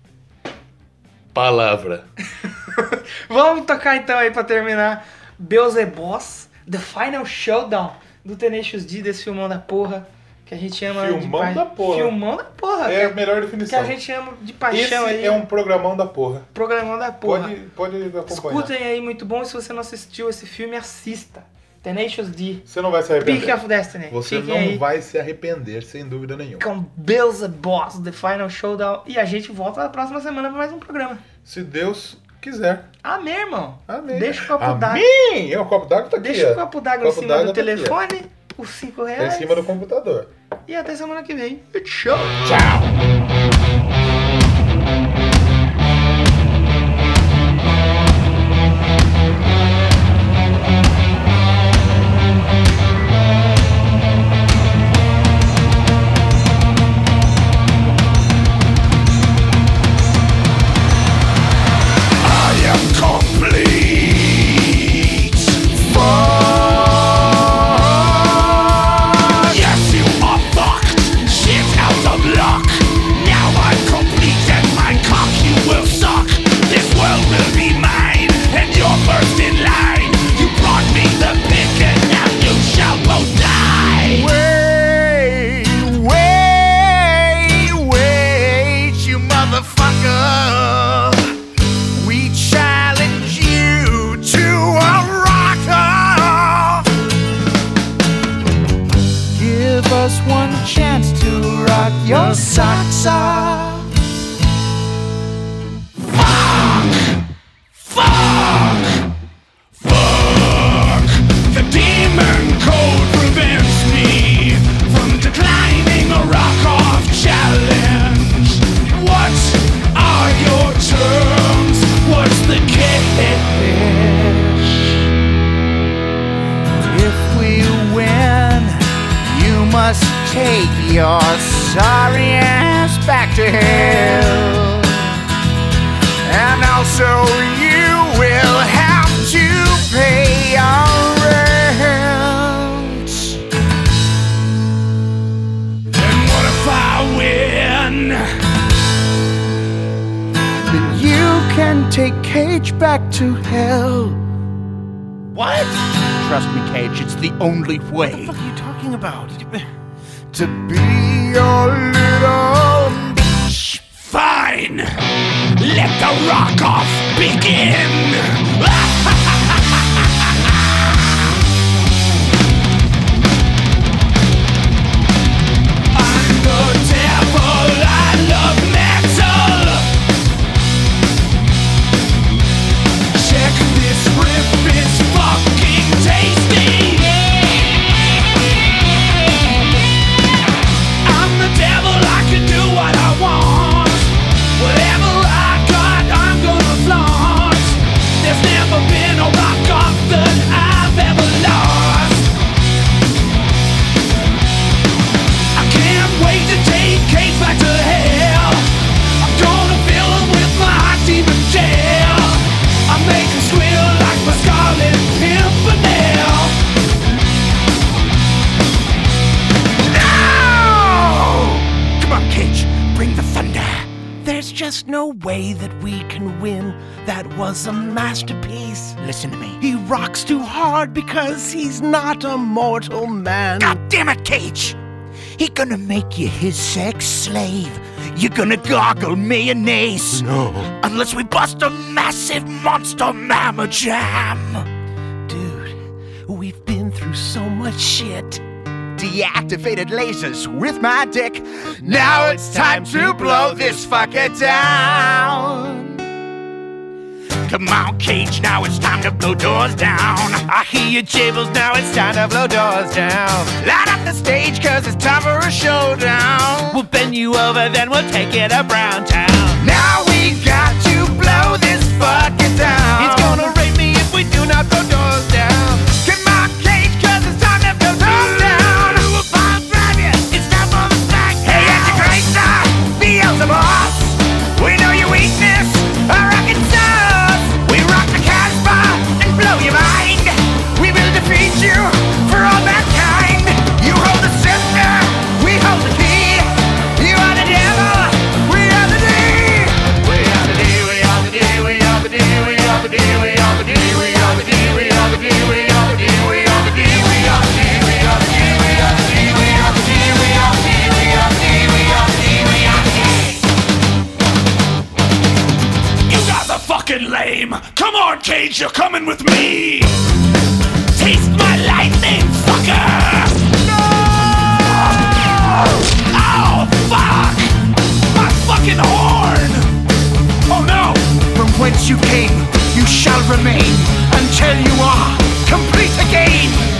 Palavra. Vamos tocar então aí pra terminar Beelzebub, The Final Showdown do Tenacious D, desse filmão da porra. Que a gente ama Filmão da porra. Filmão da porra. É a melhor definição. Que a gente ama de paixão Esse aí. é um programão da porra. Programão da porra. Pode acompanhar. Escutem aí, muito bom. Se você não assistiu esse filme, assista. Tenacious D. Você não vai se arrepender. Peak of Destiny. Você Fiquem não aí vai se arrepender, sem dúvida nenhuma. com Beelzebub, The Final Showdown. E a gente volta na próxima semana para mais um programa. Se Deus quiser. Amém, irmão. Amém. Deixa o copo d'água. Amém! O copo d'água tá aqui. Deixa o copo d'água em Copo cima d'água do tá aqui, telefone. Os R$5. Tá em cima do computador. E até semana que vem. Tchau. Tchau! Your socks off. Fuck. The demon code prevents me from declining a rock-off challenge. What are your terms? What's the catch? If we win, you must take your sorry ass back to hell. And also you will have to pay your rent. And what if I win? Then you can take Cage back to hell. What? Trust me, Cage, it's the only way. What the fuck are you talking about? To be your little bitch. Fine! Let the rock-off begin! I'm the devil, I love metal! Check this riff, it's fucking tasty! Just no way that we can win. That was a masterpiece. Listen to me. He rocks too hard because he's not a mortal man. God damn it, Cage! He gonna make you his sex slave. You're gonna gargle mayonnaise. No. Unless we bust a massive monster mamma jam. Dude, we've been through so much shit. Deactivated lasers with my dick. Now it's time to blow this fucker down. Come on, Cage, now it's time to blow doors down. I hear your jables, now it's time to blow doors down. Light up the stage, cause it's time for a showdown. We'll bend you over, then we'll take it to Brown Town. Now we got to blow this fucker down. He's gonna rape me if we do not blow doors down. Come on, Cage, cause it's time to blow doors down. Beelzebub, we know your weakness, our rocket sauce. We rock the Casbah and blow your mind. We will defeat you for all mankind. You hold the scepter, we hold the key. You are the devil, we are the demon. fucking lame. Come on, Cage, you're coming with me. Taste my lightning, fucker. No! Oh, fuck! My fucking horn! Oh no! From whence you came, you shall remain until you are complete again.